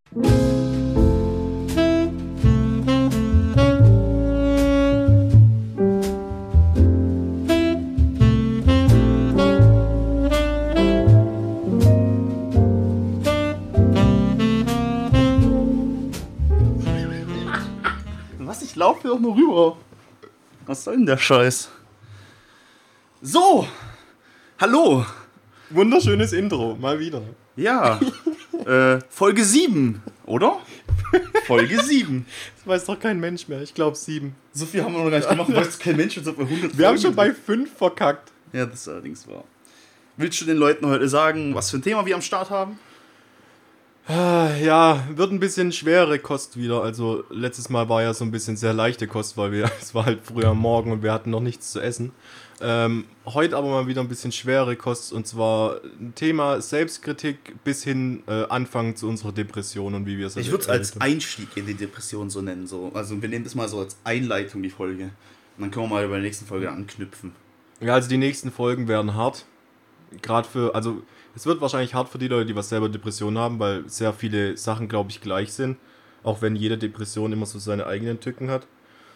Was? Ich laufe hier auch nur rüber. Was soll denn der Scheiß? So, hallo. Wunderschönes Intro, mal wieder. Ja, Folge 7, oder? Folge 7. Das weiß doch kein Mensch mehr, ich glaube 7. So viel haben wir noch gar nicht gemacht, weiß kein Mensch, als ob wir 100 Wir haben schon bei 5 verkackt. Ja, das ist allerdings wahr. Willst du den Leuten heute sagen, was für ein Thema wir am Start haben? Ja, wird ein bisschen schwere Kost wieder. Also letztes Mal war ja so ein bisschen sehr leichte Kost, weil es war halt früh am Morgen und wir hatten noch nichts zu essen. Heute aber mal wieder ein bisschen schwere Kost, und zwar ein Thema Selbstkritik bis hin Anfang zu unserer Depression und wie wir es Ich würde es als Einstieg in die Depression so nennen. So. Also wir nehmen das mal so als Einleitung, die Folge. Und dann können wir mal bei der nächsten Folge anknüpfen. Ja, also die nächsten Folgen werden hart. Also es wird wahrscheinlich hart für die Leute, die was selber Depressionen haben, weil sehr viele Sachen, glaube ich, gleich sind. Auch wenn jede Depression immer so seine eigenen Tücken hat.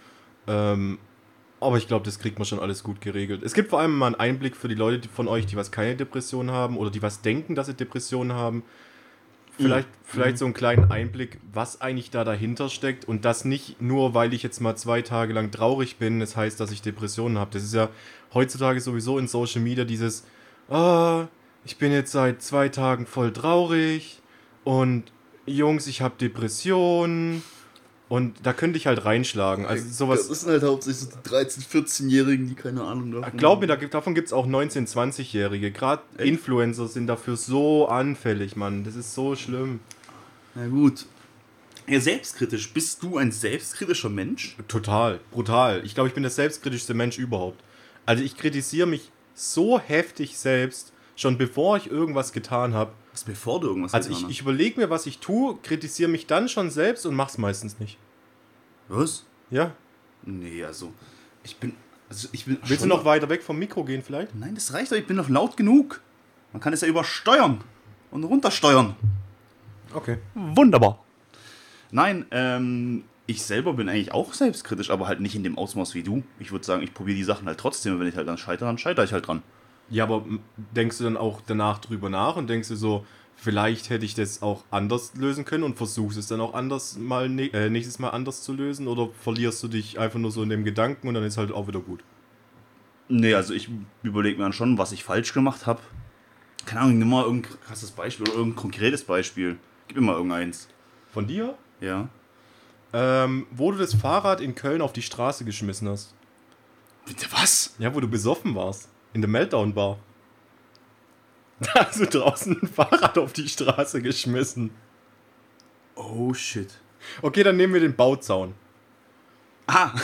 Aber ich glaube, das kriegt man schon alles gut geregelt. Es gibt vor allem mal einen Einblick für die Leute von euch, die was keine Depression haben oder die was denken, dass sie Depressionen haben. Vielleicht so einen kleinen Einblick, was eigentlich da dahinter steckt, und das nicht nur, weil ich jetzt mal 2 Tage lang traurig bin, das heißt, dass ich Depressionen habe. Das ist ja heutzutage sowieso in Social Media dieses, ich bin jetzt seit 2 Tagen voll traurig und Jungs, ich habe Depressionen. Und da könnte ich halt reinschlagen. Also sowas. Das sind halt hauptsächlich so die 13-, 14-Jährigen, die keine Ahnung davon Glaub mir, davon gibt es auch 19-, 20-Jährige. Gerade Influencer sind dafür so anfällig, Mann. Das ist so schlimm. Na gut. Ja, selbstkritisch. Bist du ein selbstkritischer Mensch? Total, brutal. Ich glaube, ich bin der selbstkritischste Mensch überhaupt. Also ich kritisiere mich so heftig selbst, schon bevor ich irgendwas getan habe. Was, bevor du irgendwas getan hast? Also ich überlege mir, was ich tue, kritisiere mich dann schon selbst und mach's meistens nicht. Was? Ja. Nee, also ich bin Willst du noch weiter weg vom Mikro gehen vielleicht? Nein, das reicht doch, ich bin doch laut genug. Man kann es ja übersteuern und runtersteuern. Okay. Wunderbar. Nein, ich selber bin eigentlich auch selbstkritisch, aber halt nicht in dem Ausmaß wie du. Ich würde sagen, ich probiere die Sachen halt trotzdem, und wenn ich halt dann scheitere ich halt dran. Ja, aber denkst du dann auch danach drüber nach und denkst du so, vielleicht hätte ich das auch anders lösen können und versuchst es dann auch nächstes Mal anders zu lösen, oder verlierst du dich einfach nur so in dem Gedanken und dann ist halt auch wieder gut? Nee, also ich überlege mir dann schon, was ich falsch gemacht habe. Keine Ahnung, nimm mal irgendein krasses Beispiel oder irgendein konkretes Beispiel. Gib mir mal irgendeins. Von dir? Ja. Wo du das Fahrrad in Köln auf die Straße geschmissen hast. Bitte was? Ja, wo du besoffen warst. In der Meltdown-Bar. Da hast du draußen ein Fahrrad auf die Straße geschmissen. Oh shit. Okay, dann nehmen wir den Bauzaun. Ah!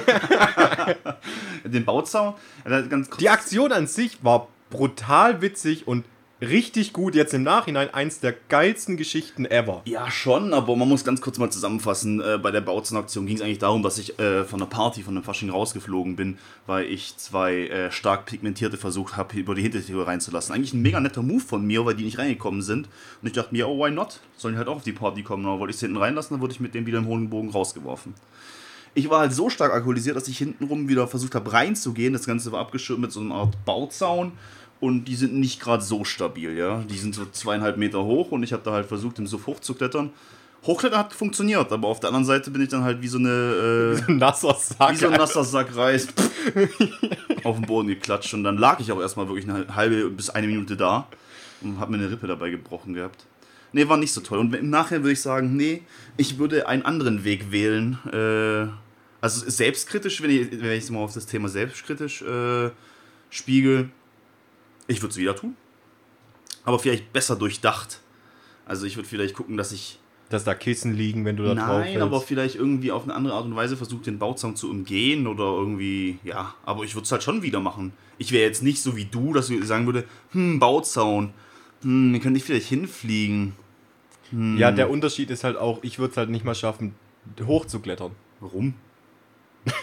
Den Bauzaun? Ganz kurz. Die Aktion an sich war brutal witzig und richtig gut. Jetzt im Nachhinein eins der geilsten Geschichten ever. Ja, schon, aber man muss ganz kurz mal zusammenfassen. Bei der Bauzaun-Aktion ging es eigentlich darum, dass ich von der Party, von dem Fasching rausgeflogen bin, weil ich 2 stark pigmentierte versucht habe, über die Hintertür reinzulassen. Eigentlich ein mega netter Move von mir, weil die nicht reingekommen sind. Und ich dachte mir, oh, why not? Sollen die halt auch auf die Party kommen? Aber wollte ich sie hinten reinlassen, dann wurde ich mit dem wieder im hohen Bogen rausgeworfen. Ich war halt so stark alkoholisiert, dass ich hintenrum wieder versucht habe reinzugehen. Das Ganze war abgeschirmt mit so einer Art Bauzaun. Und die sind nicht gerade so stabil, ja. Die sind so 2,5 Meter hoch und ich habe da halt versucht, im Suff hochzuklettern. Hochklettern hat funktioniert, aber auf der anderen Seite bin ich dann halt wie so ein nasser Sack Reis auf den Boden geklatscht. Und dann lag ich auch erstmal wirklich eine halbe bis 1 Minute da und habe mir eine Rippe dabei gebrochen gehabt. Nee, war nicht so toll. Und im Nachhinein würde ich sagen, nee, ich würde einen anderen Weg wählen. Also selbstkritisch, wenn ich es mal auf das Thema selbstkritisch spiegel. Ich würde es wieder tun, aber vielleicht besser durchdacht. Also ich würde vielleicht gucken, dass da Kissen liegen, wenn du da drauf willst. Nein, aber vielleicht irgendwie auf eine andere Art und Weise versucht, den Bauzaun zu umgehen oder irgendwie, ja. Aber ich würde es halt schon wieder machen. Ich wäre jetzt nicht so wie du, dass du sagen würde, Bauzaun, den könnte ich vielleicht hinfliegen. Ja, der Unterschied ist halt auch, ich würde es halt nicht mal schaffen, hochzuklettern. Warum?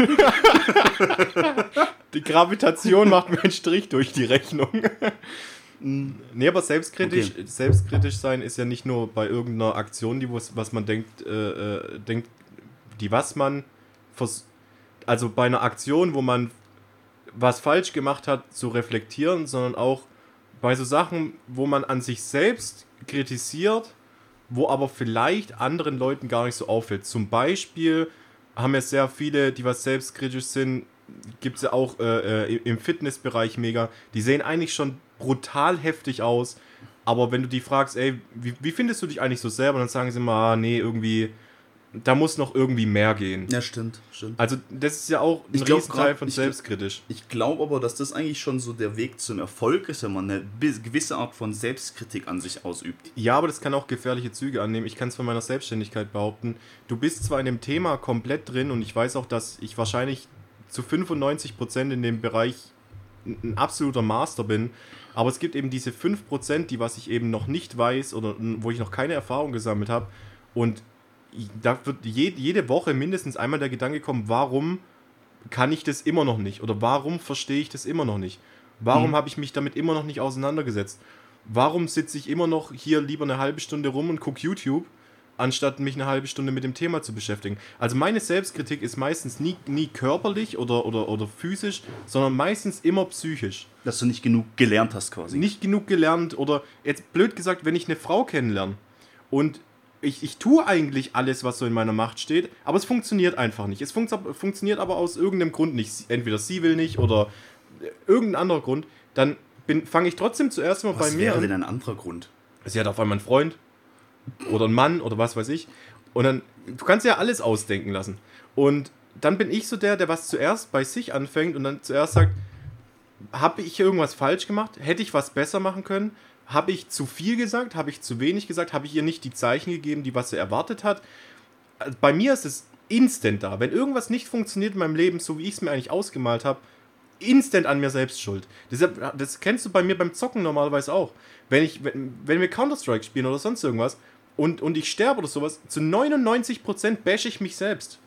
Die Gravitation macht mir einen Strich durch die Rechnung. Nee, aber selbstkritisch sein ist ja nicht nur bei irgendeiner Aktion, was man denkt, also bei einer Aktion, wo man was falsch gemacht hat, zu reflektieren, sondern auch bei so Sachen, wo man an sich selbst kritisiert, wo aber vielleicht anderen Leuten gar nicht so auffällt. Zum Beispiel haben ja sehr viele, die was selbstkritisch sind, gibt es ja auch im Fitnessbereich mega, die sehen eigentlich schon brutal heftig aus, aber wenn du die fragst, ey, wie findest du dich eigentlich so selber, dann sagen sie immer, nee, irgendwie, da muss noch irgendwie mehr gehen. Ja, stimmt. Also das ist ja auch ein Riesenteil von selbstkritisch. Ich glaube aber, dass das eigentlich schon so der Weg zum Erfolg ist, wenn man eine gewisse Art von Selbstkritik an sich ausübt. Ja, aber das kann auch gefährliche Züge annehmen. Ich kann es von meiner Selbstständigkeit behaupten. Du bist zwar in dem Thema komplett drin und ich weiß auch, dass ich wahrscheinlich zu 95% in dem Bereich ein absoluter Master bin, aber es gibt eben diese 5%, die was ich eben noch nicht weiß oder wo ich noch keine Erfahrung gesammelt habe, und da wird jede Woche mindestens einmal der Gedanke kommen, warum kann ich das immer noch nicht? Oder warum verstehe ich das immer noch nicht? Warum habe ich mich damit immer noch nicht auseinandergesetzt? Warum sitze ich immer noch hier lieber eine halbe Stunde rum und gucke YouTube, anstatt mich eine halbe Stunde mit dem Thema zu beschäftigen? Also meine Selbstkritik ist meistens nie körperlich oder physisch, sondern meistens immer psychisch. Dass du nicht genug gelernt hast quasi. Nicht genug gelernt, oder jetzt blöd gesagt, wenn ich eine Frau kennenlerne und ich tue eigentlich alles, was so in meiner Macht steht, aber es funktioniert einfach nicht. Es funktioniert aber aus irgendeinem Grund nicht. Entweder sie will nicht oder irgendein anderer Grund. Dann fange ich trotzdem zuerst mal bei mir an. Was wäre denn ein anderer Grund? Sie hat auf einmal einen Freund oder einen Mann oder was weiß ich. Und dann, du kannst ja alles ausdenken lassen. Und dann bin ich so der was zuerst bei sich anfängt und dann zuerst sagt, habe ich irgendwas falsch gemacht? Hätte ich was besser machen können? Habe ich zu viel gesagt? Habe ich zu wenig gesagt? Habe ich ihr nicht die Zeichen gegeben, die was sie erwartet hat? Bei mir ist es instant da. Wenn irgendwas nicht funktioniert in meinem Leben, so wie ich es mir eigentlich ausgemalt habe, instant an mir selbst schuld. Das kennst du bei mir beim Zocken normalerweise auch. Wenn wir Counter-Strike spielen oder sonst irgendwas und ich sterbe oder sowas, zu 99% bashe ich mich selbst.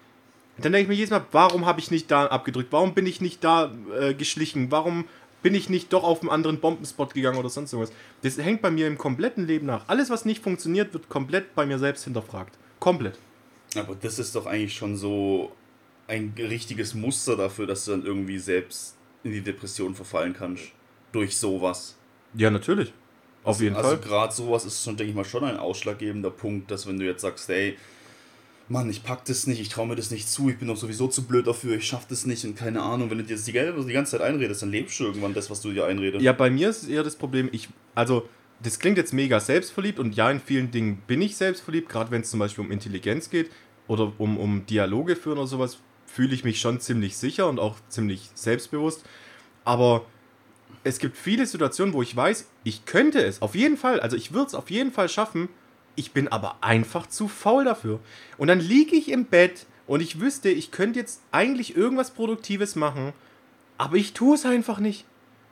Dann denke ich mir jedes Mal, warum habe ich nicht da abgedrückt? Warum bin ich nicht da geschlichen? Warum bin ich nicht doch auf einen anderen Bombenspot gegangen oder sonst irgendwas? Das hängt bei mir im kompletten Leben nach. Alles, was nicht funktioniert, wird komplett bei mir selbst hinterfragt. Komplett. Aber das ist doch eigentlich schon so ein richtiges Muster dafür, dass du dann irgendwie selbst in die Depression verfallen kannst. Durch sowas. Ja, natürlich. Auf jeden Fall. Also gerade sowas ist schon, denke ich mal, schon ein ausschlaggebender Punkt, dass wenn du jetzt sagst, ey, Mann, ich pack das nicht, ich traue mir das nicht zu, ich bin doch sowieso zu blöd dafür, ich schaff das nicht und keine Ahnung, wenn du dir das die ganze Zeit einredest, dann lebst du irgendwann das, was du dir einredest. Ja, bei mir ist es eher das Problem, das klingt jetzt mega selbstverliebt und ja, in vielen Dingen bin ich selbstverliebt, gerade wenn es zum Beispiel um Intelligenz geht oder um Dialoge führen oder sowas, fühle ich mich schon ziemlich sicher und auch ziemlich selbstbewusst, aber es gibt viele Situationen, wo ich weiß, ich könnte es, auf jeden Fall, also ich würde es auf jeden Fall schaffen. Ich bin aber einfach zu faul dafür. Und dann liege ich im Bett und ich wüsste, ich könnte jetzt eigentlich irgendwas Produktives machen, aber ich tue es einfach nicht.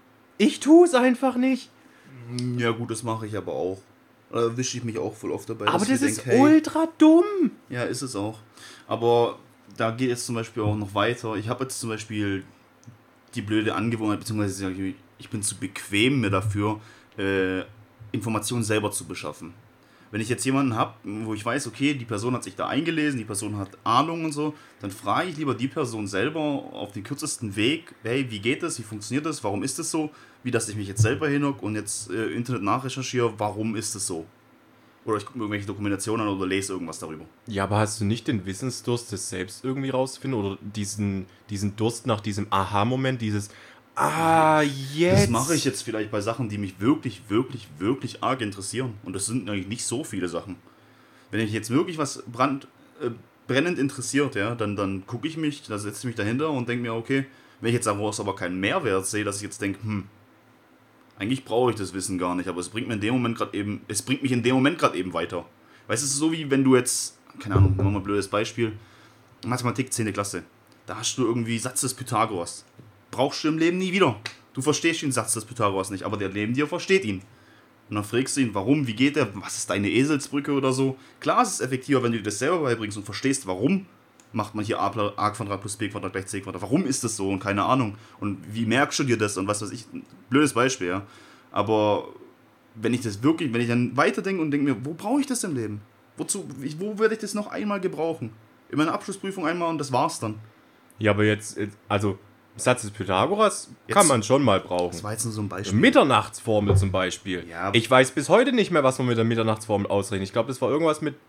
Ja gut, das mache ich aber auch. Da erwische ich mich auch voll oft dabei. Aber das ist ultra dumm. Ja, ist es auch. Aber da geht es zum Beispiel auch noch weiter. Ich habe jetzt zum Beispiel die blöde Angewohnheit, beziehungsweise ich bin zu bequem mir dafür, Informationen selber zu beschaffen. Wenn ich jetzt jemanden habe, wo ich weiß, okay, die Person hat sich da eingelesen, die Person hat Ahnung und so, dann frage ich lieber die Person selber auf den kürzesten Weg, hey, wie geht das, wie funktioniert das, warum ist das so, wie dass ich mich jetzt selber hinhocke und jetzt Internet nachrecherchiere, warum ist das so. Oder ich gucke mir irgendwelche Dokumentationen an oder lese irgendwas darüber. Ja, aber hast du nicht den Wissensdurst, das selbst irgendwie rauszufinden oder diesen Durst nach diesem Aha-Moment, dieses jetzt. Das mache ich jetzt vielleicht bei Sachen, die mich wirklich, wirklich, wirklich arg interessieren. Und das sind eigentlich nicht so viele Sachen. Wenn mich jetzt wirklich was brennend interessiert, ja, dann gucke ich mich, da setze ich mich dahinter und denke mir, okay, wenn ich jetzt aber keinen Mehrwert sehe, dass ich jetzt denke, eigentlich brauche ich das Wissen gar nicht, aber es bringt mich in dem Moment gerade eben weiter. Weißt du, es ist so wie wenn du jetzt, keine Ahnung, nehmen wir mal ein blödes Beispiel, Mathematik 10. Klasse, da hast du irgendwie Satz des Pythagoras. Brauchst du im Leben nie wieder. Du verstehst den Satz des Pythagoras nicht, aber der neben dir versteht ihn. Und dann fragst du ihn, warum, wie geht der, was ist deine Eselsbrücke oder so. Klar, es ist effektiver, wenn du dir das selber beibringst und verstehst, warum macht man hier a Quadrat plus b Quadrat gleich c Quadrat. Warum ist das so und keine Ahnung. Und wie merkst du dir das und was weiß ich. Blödes Beispiel, ja. Aber wenn ich dann weiterdenke und denke mir, wo brauche ich das im Leben? Wo werde ich das noch einmal gebrauchen? In meiner Abschlussprüfung einmal und das war's dann. Ja, aber jetzt, also Satz des Pythagoras kann man schon mal brauchen. Das war jetzt nur so ein Beispiel. Mitternachtsformel zum Beispiel. Ja. Ich weiß bis heute nicht mehr, was man mit der Mitternachtsformel ausrechnet. Ich glaube, das war irgendwas mit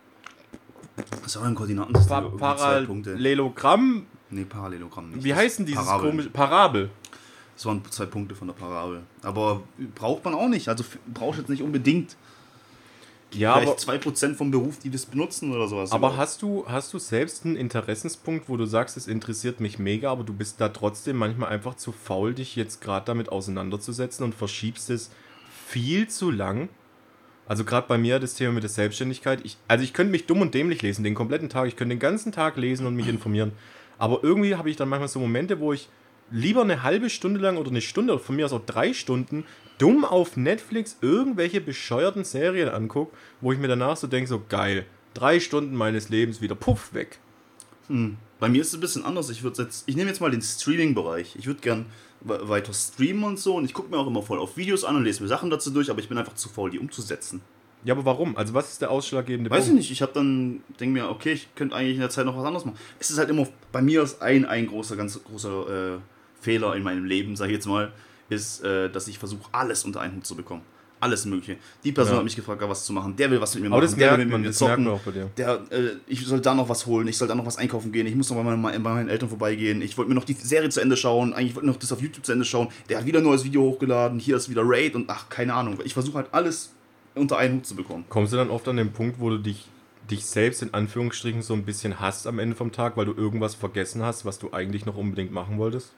Das war ein Koordinatensystem. Parallelogramm. Nee, Parallelogramm nicht. Wie heißt denn dieses Parabel. komische Parabel? Das waren 2 Punkte von der Parabel. Aber braucht man auch nicht. Also brauchst du jetzt nicht unbedingt. Ja, aber, vielleicht 2% vom Beruf, die das benutzen oder sowas. aber hast du selbst einen Interessenspunkt, wo du sagst, es interessiert mich mega, aber du bist da trotzdem manchmal einfach zu faul, dich jetzt gerade damit auseinanderzusetzen und verschiebst es viel zu lang? Also gerade bei mir das Thema mit der Selbstständigkeit. Ich könnte mich dumm und dämlich lesen, den kompletten Tag. Ich könnte den ganzen Tag lesen und mich informieren. Aber irgendwie habe ich dann manchmal so Momente, wo ich lieber eine halbe Stunde lang oder eine Stunde oder von mir aus auch 3 Stunden dumm auf Netflix irgendwelche bescheuerten Serien angucke, wo ich mir danach so denke, so geil, 3 Stunden meines Lebens wieder puff weg. Bei mir ist es ein bisschen anders. Ich nehme jetzt mal den Streaming-Bereich. Ich würde gern weiter streamen und so und ich gucke mir auch immer voll auf Videos an und lese mir Sachen dazu durch, aber ich bin einfach zu faul, die umzusetzen. Ja, aber warum? Also was ist der ausschlaggebende Weiß ich nicht. Ich denke mir, okay, ich könnte eigentlich in der Zeit noch was anderes machen. Es ist halt immer, bei mir ist ein ganz großer Fehler in meinem Leben, sage ich jetzt mal, ist, dass ich versuche, alles unter einen Hut zu bekommen. Alles Mögliche. Die Person hat mich gefragt, was zu machen. Der will was mit mir machen. Das der merkt will mit man, mir das zocken. merkt man auch bei dir. Ich soll da noch was holen. Ich soll da noch was einkaufen gehen. Ich muss noch bei meinen Eltern vorbeigehen. Ich wollte mir noch die Serie zu Ende schauen. Eigentlich wollte ich noch das auf YouTube zu Ende schauen. Der hat wieder ein neues Video hochgeladen. Hier ist wieder Raid und ach, keine Ahnung. Ich versuche halt alles unter einen Hut zu bekommen. Kommst du dann oft an den Punkt, wo du dich selbst in Anführungsstrichen so ein bisschen hasst am Ende vom Tag, weil du irgendwas vergessen hast, was du eigentlich noch unbedingt machen wolltest?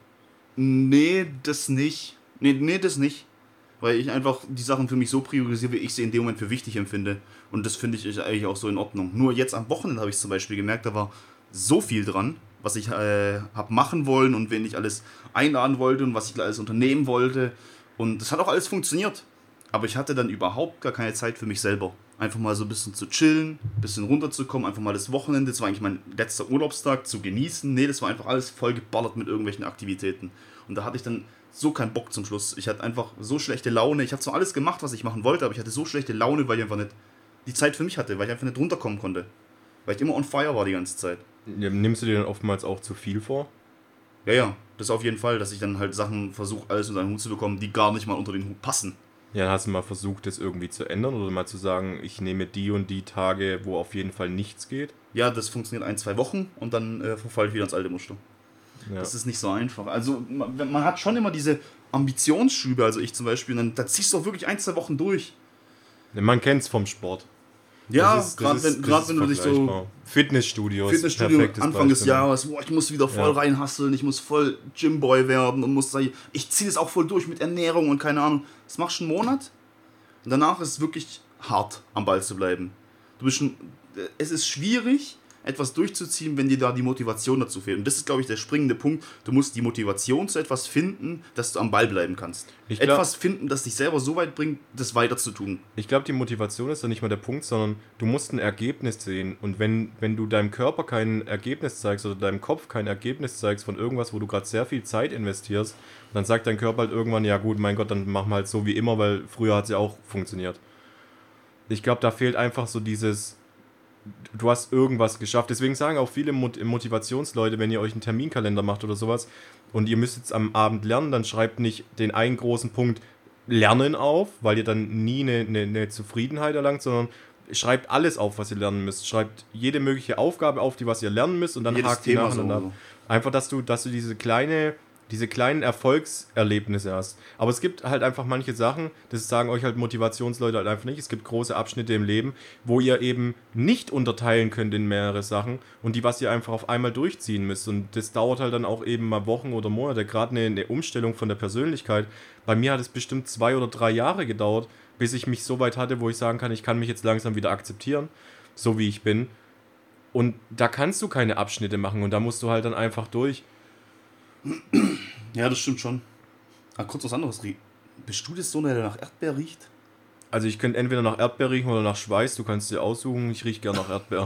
Nee, das nicht. Nee, das nicht. Weil ich einfach die Sachen für mich so priorisiere, wie ich sie in dem Moment für wichtig empfinde. Und das finde ich eigentlich auch so in Ordnung. Nur jetzt am Wochenende habe ich zum Beispiel gemerkt, da war so viel dran, was ich habe machen wollen und wen ich alles einladen wollte und was ich alles unternehmen wollte. Und das hat auch alles funktioniert. Aber ich hatte dann überhaupt gar keine Zeit für mich selber. Einfach mal so ein bisschen zu chillen, ein bisschen runterzukommen, einfach mal das Wochenende, das war eigentlich mein letzter Urlaubstag, zu genießen. Nee, das war einfach alles voll geballert mit irgendwelchen Aktivitäten. Und da hatte ich dann so keinen Bock zum Schluss. Ich hatte einfach so schlechte Laune. Ich habe zwar alles gemacht, was ich machen wollte, aber ich hatte so schlechte Laune, weil ich einfach nicht die Zeit für mich hatte, weil ich einfach nicht runterkommen konnte. Weil ich immer on fire war die ganze Zeit. Ja, nimmst du dir dann oftmals auch zu viel vor? Ja, das auf jeden Fall, dass ich dann halt Sachen versuche, alles unter den Hut zu bekommen, die gar nicht mal unter den Hut passen. Ja, hast du mal versucht, das irgendwie zu ändern oder mal zu sagen, ich nehme die und die Tage, wo auf jeden Fall nichts geht? Ja, das funktioniert 1-2 Wochen und dann verfalle ich wieder ins alte Muster. Ja. Das ist nicht so einfach. Also man hat schon immer diese Ambitionsschübe, also ich zum Beispiel, und dann ziehst du auch wirklich 1-2 Wochen durch. Man kennt es vom Sport. Ja, gerade wenn du dich so... Fitnessstudio, Anfang des Jahres, ich muss wieder voll reinhasseln, ich muss voll Gymboy werden und ich ziehe das auch voll durch mit Ernährung und keine Ahnung. Das machst du einen Monat und danach ist es wirklich hart, am Ball zu bleiben. Es ist schwierig, etwas durchzuziehen, wenn dir da die Motivation dazu fehlt. Und das ist, glaube ich, der springende Punkt. Du musst die Motivation zu etwas finden, dass du am Ball bleiben kannst. Etwas finden, das dich selber so weit bringt, das weiter zu tun. Ich glaube, die Motivation ist ja nicht mal der Punkt, sondern du musst ein Ergebnis sehen. Und wenn du deinem Körper kein Ergebnis zeigst oder deinem Kopf kein Ergebnis zeigst von irgendwas, wo du gerade sehr viel Zeit investierst, dann sagt dein Körper halt irgendwann, ja gut, mein Gott, dann machen wir halt so wie immer, weil früher hat es ja auch funktioniert. Ich glaube, da fehlt einfach so dieses... Du hast irgendwas geschafft. Deswegen sagen auch viele Motivationsleute, wenn ihr euch einen Terminkalender macht oder sowas und ihr müsst jetzt am Abend lernen, dann schreibt nicht den einen großen Punkt Lernen auf, weil ihr dann nie eine Zufriedenheit erlangt, sondern schreibt alles auf, was ihr lernen müsst. Schreibt jede mögliche Aufgabe auf, was ihr lernen müsst und dann hakt die nacheinander ab. Einfach, dass du diese kleinen Erfolgserlebnisse hast. Aber es gibt halt einfach manche Sachen, das sagen euch halt Motivationsleute halt einfach nicht. Es gibt große Abschnitte im Leben, wo ihr eben nicht unterteilen könnt in mehrere Sachen und was ihr einfach auf einmal durchziehen müsst. Und das dauert halt dann auch eben mal Wochen oder Monate. Gerade eine Umstellung von der Persönlichkeit. Bei mir hat es bestimmt 2 oder 3 Jahre gedauert, bis ich mich so weit hatte, wo ich sagen kann, ich kann mich jetzt langsam wieder akzeptieren, so wie ich bin. Und da kannst du keine Abschnitte machen und da musst du halt dann einfach durch. Ja, das stimmt schon. Aber kurz was anderes. Bist du das so, der nach Erdbeer riecht? Also ich könnte entweder nach Erdbeer riechen oder nach Schweiß. Du kannst dir aussuchen. Ich rieche gerne nach Erdbeer.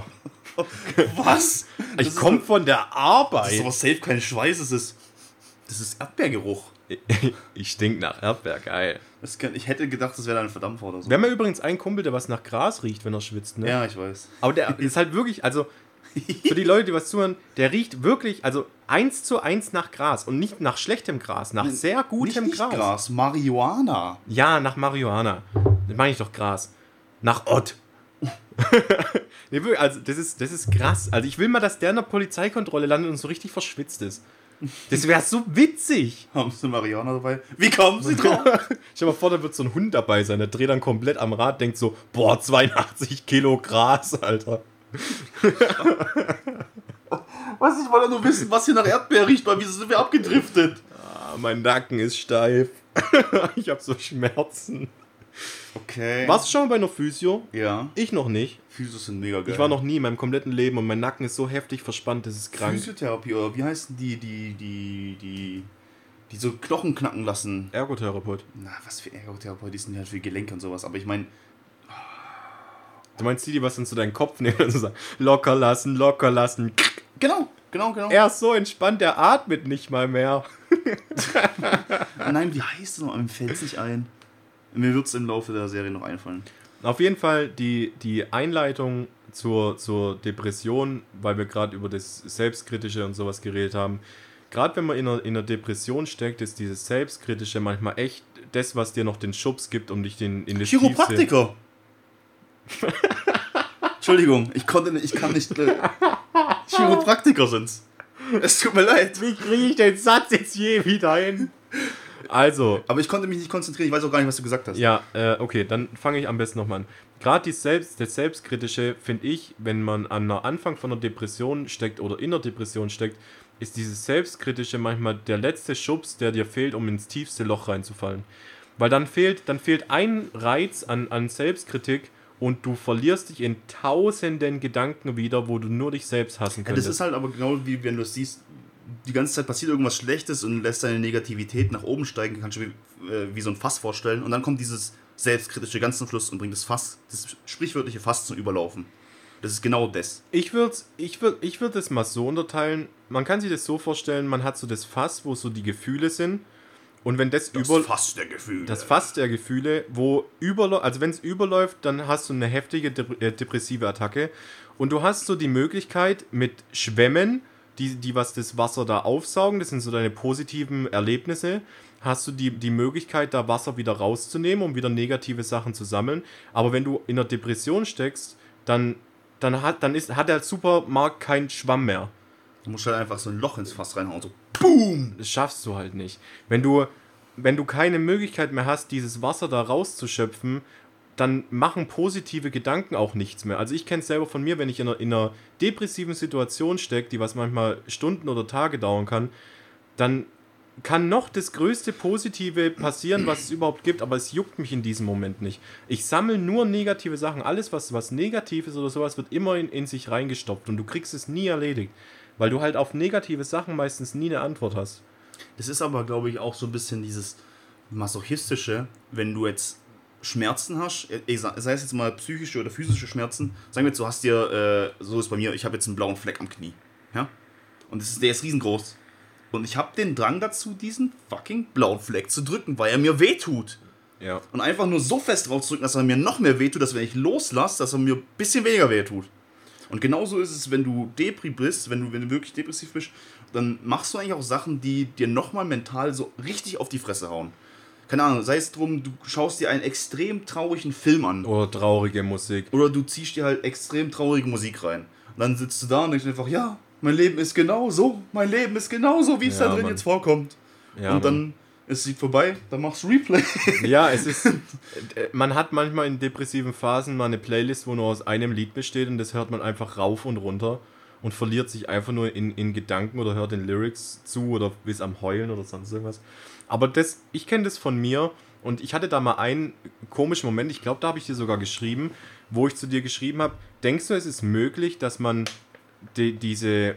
Was? Ich komme von der Arbeit. Das ist aber safe kein Schweiß. Das ist Erdbeergeruch. Ich stink nach Erdbeer, geil. Ich hätte gedacht, das wäre dann ein Verdampfer oder so. Wir haben ja übrigens einen Kumpel, der was nach Gras riecht, wenn er schwitzt, ne? Ja, ich weiß. Aber der ist halt wirklich, also für die Leute, die was zuhören, der riecht wirklich, also 1:1 nach Gras und nicht nach schlechtem Gras, nach sehr gutem nicht Gras. Gras, Marihuana. Ja, nach Marihuana. Das meine ich doch Gras. Nach Ott. Nee, wirklich, also das ist krass. Also ich will mal, dass der in der Polizeikontrolle landet und so richtig verschwitzt ist. Das wäre so witzig. Haben Sie Marihuana dabei? Wie kommen Sie drauf? Stell dir mal vor, da wird so ein Hund dabei sein, der dreht dann komplett am Rad, denkt so, boah, 82 Kilo Gras, Alter. Was, ich wollte nur wissen, was hier nach Erdbeer riecht, weil wieso sind wir abgedriftet? Mein Nacken ist steif. Ich habe so Schmerzen. Okay. Warst du schon mal bei einer Physio? Ja. Ich noch nicht. Physios sind mega geil. Ich war noch nie in meinem kompletten Leben und mein Nacken ist so heftig verspannt, das ist krank. Physiotherapie, oder wie heißen die so Knochen knacken lassen? Ergotherapeut. Na, was für Ergotherapeut, die sind halt für Gelenke und sowas, aber ich meine... Du meinst die was dann zu deinen Kopf nehmen und so sagen, locker lassen, locker lassen. Genau. Er ist so entspannt, der atmet nicht mal mehr. Nein, wie heißt es noch? Mir fällt es nicht ein. Mir wird es im Laufe der Serie noch einfallen. Auf jeden Fall die Einleitung zur Depression, weil wir gerade über das Selbstkritische und sowas geredet haben. Gerade wenn man in einer Depression steckt, ist dieses Selbstkritische manchmal echt das, was dir noch den Schubs gibt, um dich in das Chiropraktiker! Entschuldigung, ich kann nicht... Chiropraktiker sind's. Es tut mir leid. Wie kriege ich den Satz jetzt je wieder hin? Also. Aber ich konnte mich nicht konzentrieren, ich weiß auch gar nicht, was du gesagt hast. Ja, okay, dann fange ich am besten nochmal an. Gerade das Selbstkritische, finde ich, wenn man an der Anfang von einer Depression steckt oder in einer Depression steckt, ist dieses Selbstkritische manchmal der letzte Schubs, der dir fehlt, um ins tiefste Loch reinzufallen. Weil dann fehlt ein Reiz an Selbstkritik und du verlierst dich in tausenden Gedanken wieder, wo du nur dich selbst hassen könntest. Ja, das ist halt aber genau wie wenn du es siehst, die ganze Zeit passiert irgendwas Schlechtes und lässt deine Negativität nach oben steigen, kannst du wie so ein Fass vorstellen und dann kommt dieses Selbstkritische ganz zum Schluss und bringt das sprichwörtliche Fass zum Überlaufen. Das ist genau das. Ich würd das mal so unterteilen, man kann sich das so vorstellen, man hat so das Fass, wo so die Gefühle sind und wenn das Fass der Gefühle. Das Fass der Gefühle, also wenn es überläuft, dann hast du eine heftige depressive Attacke und du hast so die Möglichkeit mit Schwämmen, die was das Wasser da aufsaugen, das sind so deine positiven Erlebnisse, hast du die Möglichkeit, da Wasser wieder rauszunehmen, um wieder negative Sachen zu sammeln. Aber wenn du in einer Depression steckst, dann hat der Supermarkt keinen Schwamm mehr. Du musst halt einfach so ein Loch ins Fass reinhauen, so BOOM! Das schaffst du halt nicht. Wenn du keine Möglichkeit mehr hast, dieses Wasser da rauszuschöpfen, dann machen positive Gedanken auch nichts mehr. Also ich kenne es selber von mir, wenn ich in einer depressiven Situation stecke, die was manchmal Stunden oder Tage dauern kann, dann kann noch das größte Positive passieren, was es überhaupt gibt, aber es juckt mich in diesem Moment nicht. Ich sammle nur negative Sachen. Alles, was negativ ist oder sowas, wird immer in sich reingestopft und du kriegst es nie erledigt, weil du halt auf negative Sachen meistens nie eine Antwort hast. Das ist aber, glaube ich, auch so ein bisschen dieses Masochistische, wenn du jetzt Schmerzen hast, sei es jetzt mal psychische oder physische Schmerzen, sagen wir jetzt, du hast dir, so ist bei mir, ich habe jetzt einen blauen Fleck am Knie, ja, und der ist riesengroß und ich habe den Drang dazu, diesen fucking blauen Fleck zu drücken, weil er mir wehtut. Ja. Und einfach nur so fest drauf zu drücken, dass er mir noch mehr wehtut, dass wenn ich loslasse, dass er mir ein bisschen weniger wehtut. Und genauso ist es, wenn du bist, wenn du wirklich depressiv bist, dann machst du eigentlich auch Sachen, die dir nochmal mental so richtig auf die Fresse hauen. Keine Ahnung, sei es drum, du schaust dir einen extrem traurigen Film an. Oder traurige Musik. Oder du ziehst dir halt extrem traurige Musik rein. Und dann sitzt du da und denkst einfach, ja, mein Leben ist genau so, wie es da drin jetzt vorkommt. Ja, und dann ist es vorbei, dann machst du Replay. Ja, man hat manchmal in depressiven Phasen mal eine Playlist, wo nur aus einem Lied besteht und das hört man einfach rauf und runter und verliert sich einfach nur in Gedanken oder hört den Lyrics zu oder ist am Heulen oder sonst irgendwas. Aber ich kenne das von mir und ich hatte da mal einen komischen Moment, ich glaube, da habe ich dir sogar geschrieben, wo ich zu dir geschrieben habe, denkst du, es ist möglich, dass man diese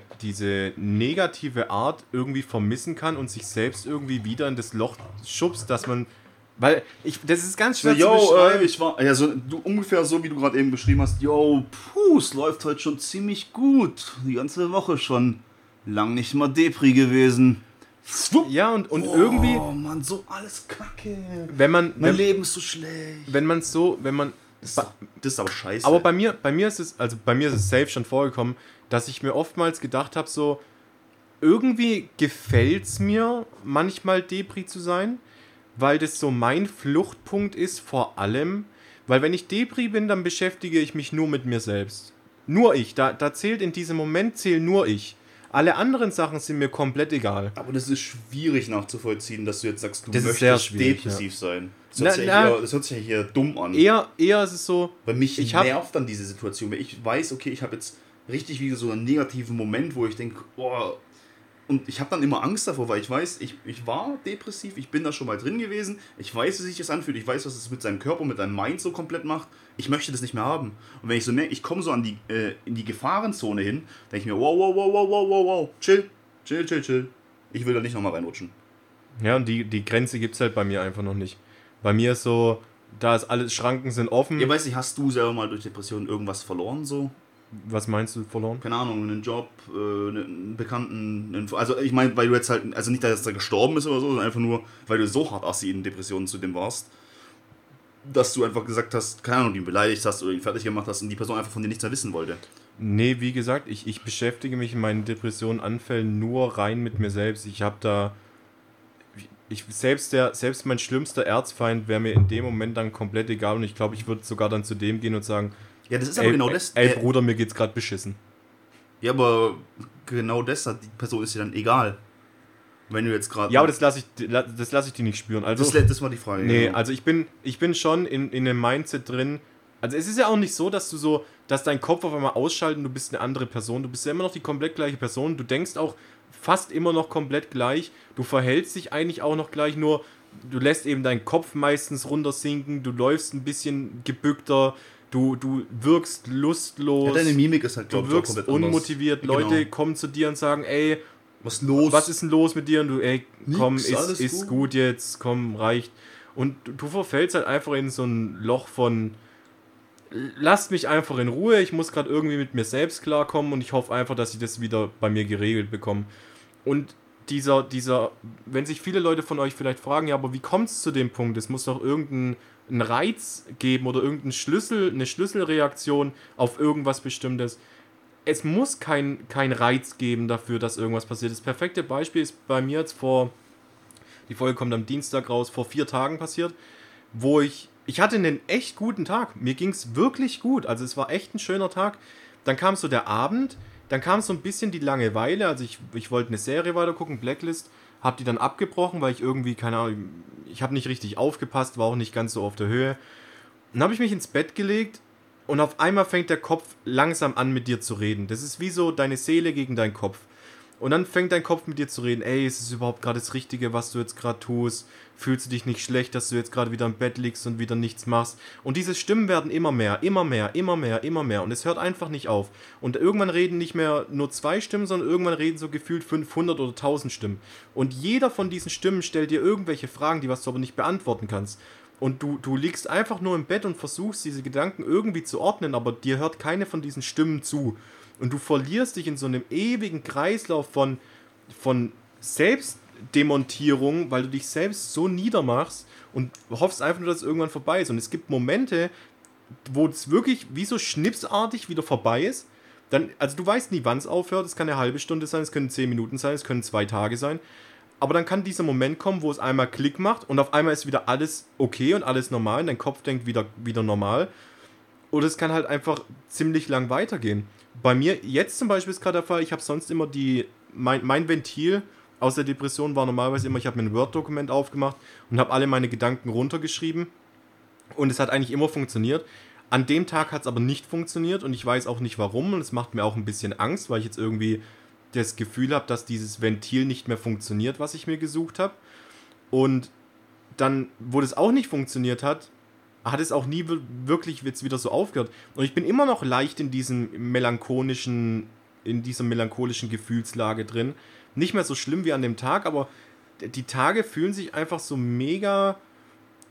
negative Art irgendwie vermissen kann und sich selbst irgendwie wieder in das Loch schubst, dass man... Weil, das ist ganz schwer zu beschreiben. Ich war, ungefähr so, wie du gerade eben beschrieben hast, es läuft heute schon ziemlich gut. Die ganze Woche schon. Lang nicht mal Depri gewesen. Ja, und irgendwie... Oh Mann, so alles kacke. Mein Leben ist so schlecht. Das ist aber scheiße. Aber bei mir ist es safe schon vorgekommen, dass ich mir oftmals gedacht habe, so, irgendwie gefällt es mir, manchmal Depri zu sein, weil das so mein Fluchtpunkt ist vor allem, weil wenn ich Depri bin, dann beschäftige ich mich nur mit mir selbst. Nur ich, da zählt in diesem Moment nur ich. Alle anderen Sachen sind mir komplett egal. Aber das ist schwierig nachzuvollziehen, dass du jetzt sagst, du das möchtest depressiv sein. Das hört sich ja hier dumm an. Eher ist es so... Weil mich nervt dann diese Situation, weil ich weiß, okay, ich habe jetzt richtig wieder so einen negativen Moment, wo ich denke, boah... Und ich habe dann immer Angst davor, weil ich weiß, ich war depressiv, ich bin da schon mal drin gewesen, ich weiß, wie sich das anfühlt, ich weiß, was es mit seinem Körper, mit seinem Mind so komplett macht. Ich möchte das nicht mehr haben. Und wenn ich so merke, ich komme so in die Gefahrenzone hin, denke ich mir, wow, chill. Ich will da nicht nochmal reinrutschen. Ja, und die Grenze gibt es halt bei mir einfach noch nicht. Bei mir ist so, da ist alles, Schranken sind offen. Ja, weiß nicht, hast du selber mal durch Depressionen irgendwas verloren so? Was meinst du verloren? Keine Ahnung, einen Job, einen Bekannten, also ich meine, weil du jetzt halt, also nicht, dass er gestorben ist oder so, sondern einfach nur, weil du so hart assi in Depressionen zu dem warst, dass du einfach gesagt hast, keine Ahnung, ihn beleidigt hast oder ihn fertig gemacht hast und die Person einfach von dir nichts mehr wissen wollte. Nee, wie gesagt, ich beschäftige mich in meinen Depressionenanfällen nur rein mit mir selbst. Ich habe da... Selbst mein schlimmster Erzfeind wäre mir in dem Moment dann komplett egal und ich glaube, ich würde sogar dann zu dem gehen und sagen, ja, das ist aber genau das. Ey, Bruder, mir geht's gerade beschissen. Ja, aber genau das, die Person ist dir dann egal. Wenn du jetzt gerade... Ja, aber das lass ich die nicht spüren. Also, das war die Frage. Nee, genau. Also ich bin schon in dem Mindset drin. Also es ist ja auch nicht so, dass dein Kopf auf einmal ausschaltet und du bist eine andere Person. Du bist ja immer noch die komplett gleiche Person. Du denkst auch fast immer noch komplett gleich. Du verhältst dich eigentlich auch noch gleich, nur du lässt eben deinen Kopf meistens runtersinken. Du läufst ein bisschen gebückter. Du wirkst lustlos. Ja, deine Mimik ist halt, glaube ich, komplett unmotiviert. Anders. Leute kommen zu dir und sagen, ey, was ist denn los mit dir? Und du, ey, komm, ist gut jetzt, komm, reicht. Und du verfällst halt einfach in so ein Loch von, lasst mich einfach in Ruhe, ich muss gerade irgendwie mit mir selbst klarkommen und ich hoffe einfach, dass ich das wieder bei mir geregelt bekomme. Und dieser, wenn sich viele Leute von euch vielleicht fragen, ja, aber wie kommt es zu dem Punkt? Es muss doch irgendeinen Reiz geben oder eine Schlüsselreaktion auf irgendwas Bestimmtes. Es muss kein Reiz geben dafür, dass irgendwas passiert. Das perfekte Beispiel ist bei mir jetzt die Folge kommt am Dienstag raus, vor 4 Tagen passiert, wo ich hatte einen echt guten Tag. Mir ging es wirklich gut. Also es war echt ein schöner Tag. Dann kam so der Abend, dann kam so ein bisschen die Langeweile. Also ich wollte eine Serie weiter gucken, Blacklist. Habe die dann abgebrochen, weil ich irgendwie, keine Ahnung, ich habe nicht richtig aufgepasst, war auch nicht ganz so auf der Höhe. Dann habe ich mich ins Bett gelegt und auf einmal fängt der Kopf langsam an, mit dir zu reden. Das ist wie so deine Seele gegen deinen Kopf. Und dann fängt dein Kopf mit dir zu reden, ey, ist es überhaupt gerade das Richtige, was du jetzt gerade tust? Fühlst du dich nicht schlecht, dass du jetzt gerade wieder im Bett liegst und wieder nichts machst? Und diese Stimmen werden immer mehr. Und es hört einfach nicht auf. Und irgendwann reden nicht mehr nur 2 Stimmen, sondern irgendwann reden so gefühlt 500 oder 1000 Stimmen. Und jeder von diesen Stimmen stellt dir irgendwelche Fragen, die was du aber nicht beantworten kannst. Und du liegst einfach nur im Bett und versuchst, diese Gedanken irgendwie zu ordnen, aber dir hört keine von diesen Stimmen zu. Und du verlierst dich in so einem ewigen Kreislauf von Selbstdemontierung, weil du dich selbst so niedermachst und hoffst einfach nur, dass es irgendwann vorbei ist. Und es gibt Momente, wo es wirklich wie so schnipsartig wieder vorbei ist. Also du weißt nie, wann es aufhört. Es kann eine halbe Stunde sein, es können 10 Minuten sein, es können 2 Tage sein. Aber dann kann dieser Moment kommen, wo es einmal Klick macht und auf einmal ist wieder alles okay und alles normal und dein Kopf denkt wieder normal. Oder es kann halt einfach ziemlich lang weitergehen. Bei mir jetzt zum Beispiel ist gerade der Fall, ich habe sonst immer mein Ventil aus der Depression war normalerweise immer, ich habe mir ein Word-Dokument aufgemacht und habe alle meine Gedanken runtergeschrieben und es hat eigentlich immer funktioniert. An dem Tag hat es aber nicht funktioniert und ich weiß auch nicht warum und es macht mir auch ein bisschen Angst, weil ich jetzt irgendwie das Gefühl habe, dass dieses Ventil nicht mehr funktioniert, was ich mir gesucht habe. Und dann, wo das auch nicht funktioniert hat es auch nie wirklich jetzt wieder so aufgehört. Und ich bin immer noch leicht in dieser melancholischen Gefühlslage drin. Nicht mehr so schlimm wie an dem Tag, aber die Tage fühlen sich einfach so mega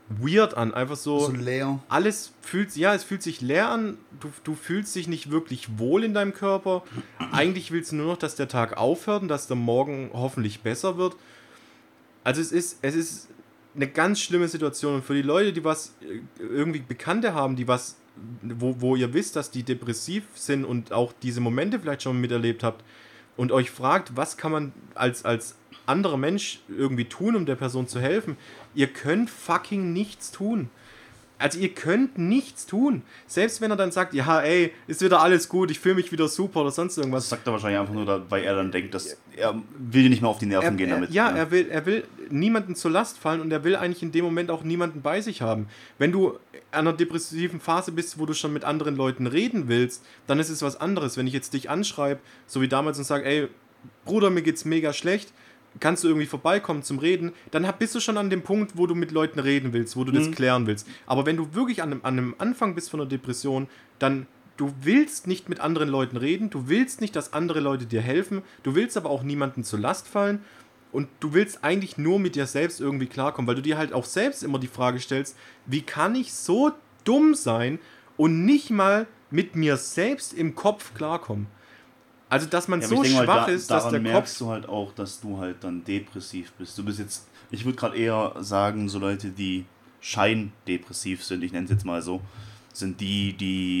weird an, einfach so leer. Alles es fühlt sich leer an, du fühlst dich nicht wirklich wohl in deinem Körper. Eigentlich willst du nur noch, dass der Tag aufhört und dass der Morgen hoffentlich besser wird. Also es ist eine ganz schlimme Situation und für die Leute, die was irgendwie Bekannte haben, die was, wo ihr wisst, dass die depressiv sind und auch diese Momente vielleicht schon miterlebt habt und euch fragt, was kann man als anderer Mensch irgendwie tun, um der Person zu helfen, ihr könnt fucking nichts tun. Also ihr könnt nichts tun. Selbst wenn er dann sagt, ja ey, ist wieder alles gut, ich fühle mich wieder super oder sonst irgendwas. Das sagt er wahrscheinlich einfach nur, weil er dann denkt, dass er will dir nicht mehr auf die Nerven gehen damit. Er will niemanden zur Last fallen und er will eigentlich in dem Moment auch niemanden bei sich haben. Wenn du an einer depressiven Phase bist, wo du schon mit anderen Leuten reden willst, dann ist es was anderes. Wenn ich jetzt dich anschreibe, so wie damals und sage, ey, Bruder, mir geht's mega schlecht, kannst du irgendwie vorbeikommen zum Reden, dann bist du schon an dem Punkt, wo du mit Leuten reden willst, wo du das klären willst. Aber wenn du wirklich an einem Anfang bist von einer Depression, dann du willst nicht mit anderen Leuten reden, du willst nicht, dass andere Leute dir helfen, du willst aber auch niemanden zur Last fallen und du willst eigentlich nur mit dir selbst irgendwie klarkommen, weil du dir halt auch selbst immer die Frage stellst, wie kann ich so dumm sein und nicht mal mit mir selbst im Kopf klarkommen? Also, dass man so schwach ist, dass der Kopf... merkst du halt auch, dass du halt dann depressiv bist. Du bist jetzt, ich würde gerade eher sagen, so Leute, die scheindepressiv sind, ich nenne es jetzt mal so, sind die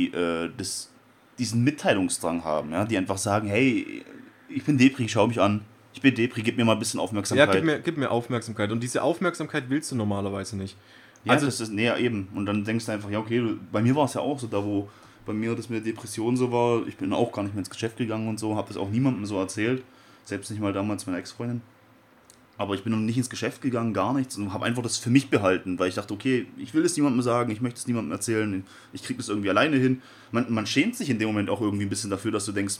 diesen Mitteilungsdrang haben, ja? Die einfach sagen, hey, ich bin Depri, schau mich an. Ich bin Depri, gib mir mal ein bisschen Aufmerksamkeit. Ja, gib mir Aufmerksamkeit. Und diese Aufmerksamkeit willst du normalerweise nicht. Ja, also, das ist näher eben. Und dann denkst du einfach, ja okay, bei mir war es ja auch so, da wo bei mir das mit der Depression so war, ich bin auch gar nicht mehr ins Geschäft gegangen und so, habe das auch niemandem so erzählt, selbst nicht mal damals meiner Ex-Freundin. Aber ich bin noch nicht ins Geschäft gegangen, gar nichts und habe einfach das für mich behalten, weil ich dachte, okay, ich will es niemandem sagen, ich möchte es niemandem erzählen, ich kriege das irgendwie alleine hin. Man schämt sich in dem Moment auch irgendwie ein bisschen dafür, dass du denkst,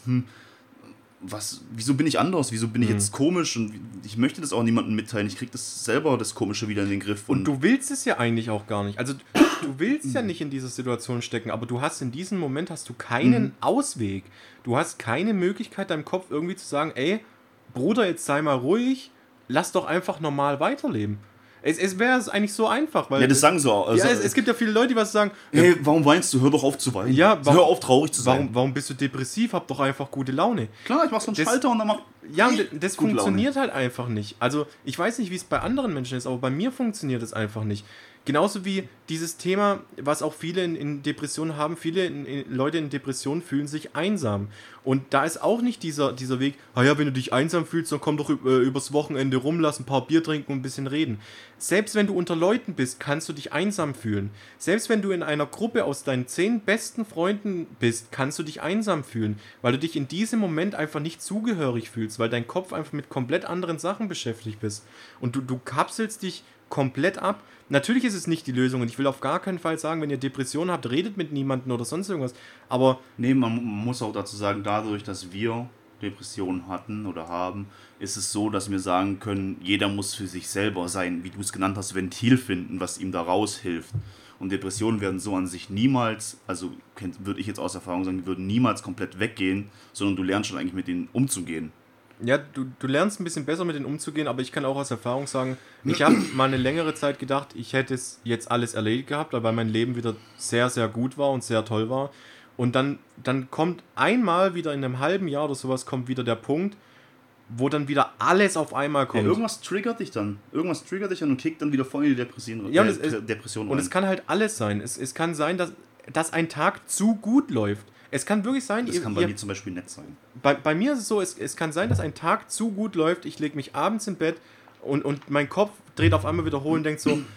wieso bin ich anders, wieso bin ich jetzt komisch und ich möchte das auch niemandem mitteilen, ich kriege das selber, das Komische wieder in den Griff. Und du willst es ja eigentlich auch gar nicht, also du willst ja nicht in dieser Situation stecken, aber du hast in diesem Moment keinen Ausweg, du hast keine Möglichkeit deinem Kopf irgendwie zu sagen, ey, Bruder, jetzt sei mal ruhig, lass doch einfach normal weiterleben. Es wäre eigentlich so einfach, weil... Ja, das sagen sie auch. Also, es gibt ja viele Leute, die was sagen... Hey, warum weinst du? Hör doch auf zu weinen. Ja, hör auf, traurig zu sein. Warum bist du depressiv? Hab doch einfach gute Laune. Klar, ich mach so einen Schalter und dann mach... Ja, und das funktioniert halt einfach nicht. Also, ich weiß nicht, wie es bei anderen Menschen ist, aber bei mir funktioniert es einfach nicht. Genauso wie dieses Thema, was auch viele in Depressionen haben, Leute in Depressionen fühlen sich einsam. Und da ist auch nicht dieser Weg, wenn du dich einsam fühlst, dann komm doch übers Wochenende rum, lass ein paar Bier trinken und ein bisschen reden. Selbst wenn du unter Leuten bist, kannst du dich einsam fühlen. Selbst wenn du in einer Gruppe aus deinen 10 besten Freunden bist, kannst du dich einsam fühlen, weil du dich in diesem Moment einfach nicht zugehörig fühlst, weil dein Kopf einfach mit komplett anderen Sachen beschäftigt bist. Und du kapselst dich komplett ab. Natürlich ist es nicht die Lösung und ich will auf gar keinen Fall sagen, wenn ihr Depressionen habt, redet mit niemandem oder sonst irgendwas, aber... Nee, man muss auch dazu sagen, dadurch, dass wir Depressionen hatten oder haben, ist es so, dass wir sagen können, jeder muss für sich selber sein, wie du es genannt hast, Ventil finden, was ihm da raushilft. Und Depressionen werden so an sich niemals, also würde ich jetzt aus Erfahrung sagen, die würden niemals komplett weggehen, sondern du lernst schon eigentlich mit denen umzugehen. Ja, du lernst ein bisschen besser mit denen umzugehen, aber ich kann auch aus Erfahrung sagen, ich habe mal eine längere Zeit gedacht, ich hätte es jetzt alles erledigt gehabt, weil mein Leben wieder sehr, sehr gut war und sehr toll war. Und dann kommt einmal wieder in einem halben Jahr oder sowas, kommt wieder der Punkt, wo dann wieder alles auf einmal kommt. Ja, irgendwas triggert dich dann. Und kickt dann wieder voll in die Depression rein. Und es kann halt alles sein. Es kann sein, dass ein Tag zu gut läuft. Es kann wirklich sein... Das kann bei mir zum Beispiel nett sein. Bei mir ist es so, es kann sein, dass ein Tag zu gut läuft, ich lege mich abends im Bett und mein Kopf dreht auf einmal wieder hoch und denkt so,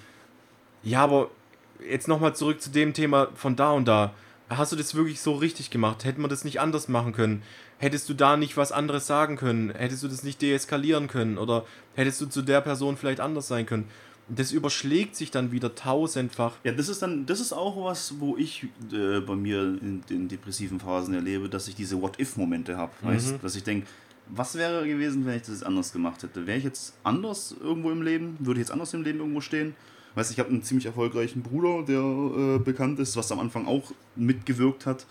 ja, aber jetzt nochmal zurück zu dem Thema von da und da. Hast du das wirklich so richtig gemacht? Hätten wir das nicht anders machen können? Hättest du da nicht was anderes sagen können? Hättest du das nicht deeskalieren können? Oder hättest du zu der Person vielleicht anders sein können? Das überschlägt sich dann wieder tausendfach. Ja, das ist auch was, wo ich bei mir in den depressiven Phasen erlebe, dass ich diese What-If-Momente habe, weißt? Dass ich denke, was wäre gewesen, wenn ich das anders gemacht hätte? Wäre ich jetzt anders irgendwo im Leben? Würde ich jetzt anders im Leben irgendwo stehen? Weißt du, ich habe einen ziemlich erfolgreichen Bruder, der bekannt ist, was am Anfang auch mitgewirkt hat.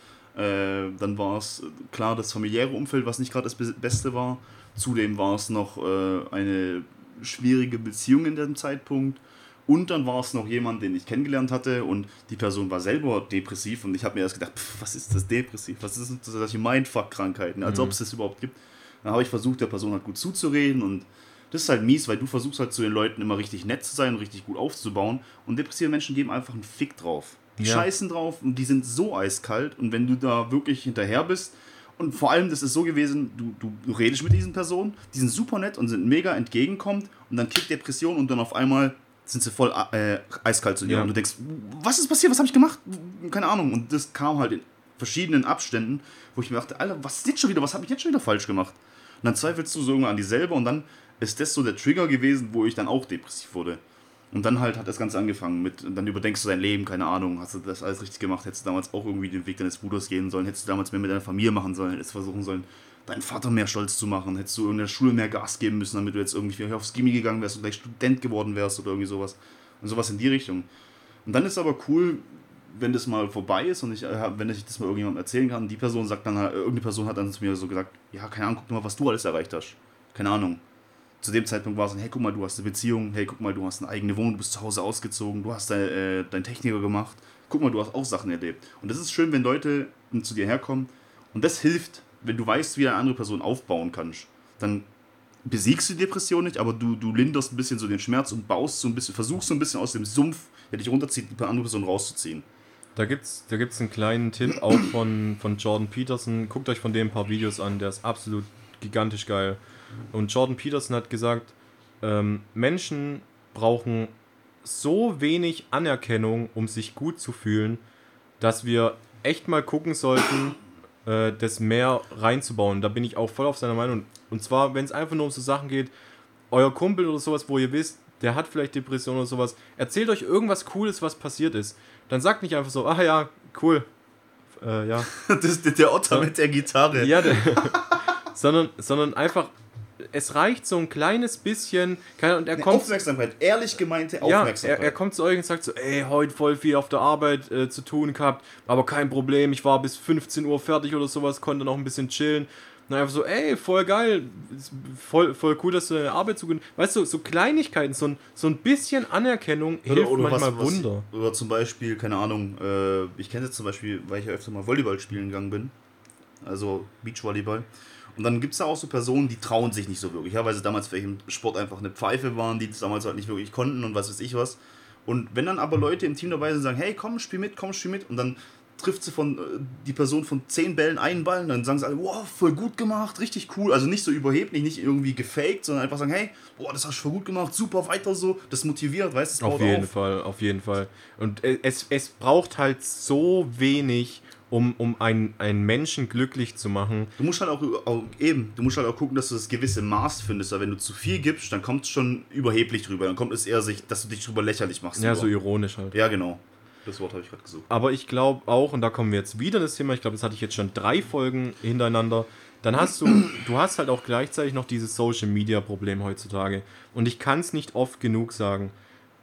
Dann war es klar das familiäre Umfeld, was nicht gerade das Beste war. Zudem war es noch eine schwierige Beziehung in dem Zeitpunkt Und dann war es noch jemand, den ich kennengelernt hatte und die Person war selber depressiv und ich habe mir erst gedacht, was ist das depressiv? Was ist das, solche Mindfuck-Krankheiten? Als ob es das überhaupt gibt. Dann habe ich versucht, der Person halt gut zuzureden und das ist halt mies, weil du versuchst halt zu den Leuten immer richtig nett zu sein und richtig gut aufzubauen und depressive Menschen geben einfach einen Fick drauf. Die scheißen drauf und die sind so eiskalt und wenn du da wirklich hinterher bist und vor allem, das ist so gewesen, du redest mit diesen Personen, die sind super nett und sind mega entgegenkommend und dann kickt Depression und dann auf einmal sind sie voll eiskalt zu dir und du denkst, was ist passiert, was habe ich gemacht? Keine Ahnung und das kam halt in verschiedenen Abständen, wo ich mir dachte, Alter, was ist jetzt schon wieder, was habe ich jetzt schon wieder falsch gemacht? Und dann zweifelst du so irgendwann an dir selber und dann ist das so der Trigger gewesen, wo ich dann auch depressiv wurde. Und dann halt hat das Ganze angefangen mit, dann überdenkst du dein Leben, keine Ahnung, hast du das alles richtig gemacht, hättest du damals auch irgendwie den Weg deines Bruders gehen sollen, hättest du damals mehr mit deiner Familie machen sollen, hättest versuchen sollen, deinen Vater mehr stolz zu machen, hättest du in der Schule mehr Gas geben müssen, damit du jetzt irgendwie aufs Gimmi gegangen wärst und gleich Student geworden wärst oder irgendwie sowas. Und sowas in die Richtung. Und dann ist aber cool, wenn das mal vorbei ist und wenn ich das mal irgendjemandem erzählen kann, die Person sagt dann, irgendeine Person hat dann zu mir so gesagt, ja, keine Ahnung, guck mal, was du alles erreicht hast. Keine Ahnung. Zu dem Zeitpunkt war es dann, hey, guck mal, du hast eine Beziehung, hey, guck mal, du hast eine eigene Wohnung, du bist zu Hause ausgezogen, du hast deinen Techniker gemacht, guck mal, du hast auch Sachen erlebt. Und das ist schön, wenn Leute zu dir herkommen und das hilft, wenn du weißt, wie eine andere Person aufbauen kannst. Dann besiegst du die Depression nicht, aber du linderst ein bisschen so den Schmerz und baust so ein bisschen, versuchst so ein bisschen aus dem Sumpf, der dich runterzieht, die andere Person rauszuziehen. Da gibt's einen kleinen Tipp auch von Jordan Peterson. Guckt euch von dem ein paar Videos an, der ist absolut gigantisch geil. Und Jordan Peterson hat gesagt, Menschen brauchen so wenig Anerkennung, um sich gut zu fühlen, dass wir echt mal gucken sollten, das mehr reinzubauen. Da bin ich auch voll auf seiner Meinung. Und zwar, wenn es einfach nur um so Sachen geht, euer Kumpel oder sowas, wo ihr wisst, der hat vielleicht Depression oder sowas, erzählt euch irgendwas Cooles, was passiert ist. Dann sagt nicht einfach so, ach ja, cool. Ja. Das ist der Otter mit der Gitarre. Ja, sondern einfach, es reicht so ein kleines bisschen, und er kommt, Aufmerksamkeit, ehrlich gemeinte Aufmerksamkeit. Ja, er kommt zu euch und sagt so, ey, heute voll viel auf der Arbeit zu tun gehabt, aber kein Problem, ich war bis 15 Uhr fertig oder sowas, konnte noch ein bisschen chillen. Und einfach so, ey, voll geil, voll cool, dass du deine Arbeit weißt du, so Kleinigkeiten, so ein bisschen Anerkennung hilft oder manchmal Wunder. Oder zum Beispiel, keine Ahnung, ich kenne jetzt zum Beispiel, weil ich ja öfter mal Volleyball spielen gegangen bin, also Beachvolleyball. Und dann gibt es da auch so Personen, die trauen sich nicht so wirklich, ja, weil sie damals vielleicht im Sport einfach eine Pfeife waren, die das damals halt nicht wirklich konnten und was weiß ich was. Und wenn dann aber Leute im Team dabei sind und sagen, hey, komm, spiel mit, und dann trifft sie die Person von 10 Bällen einen Ball und dann sagen sie alle, wow, voll gut gemacht, richtig cool. Also nicht so überheblich, nicht irgendwie gefaked, sondern einfach sagen, hey, boah, das hast du voll gut gemacht, super, weiter so. Das motiviert, weißt du, Auf jeden Fall. Und es braucht halt so wenig, um einen Menschen glücklich zu machen. Du musst halt auch gucken, dass du das gewisse Maß findest, weil wenn du zu viel gibst, dann kommt es schon überheblich drüber. Dann kommt es eher, dass du dich drüber lächerlich machst. Ja, so ironisch halt. Ja, genau. Das Wort habe ich gerade gesucht. Aber ich glaube auch, und da kommen wir jetzt wieder in das Thema, ich glaube, das hatte ich jetzt schon 3 Folgen hintereinander, dann hast du hast halt auch gleichzeitig noch dieses Social-Media-Problem heutzutage. Und ich kann es nicht oft genug sagen.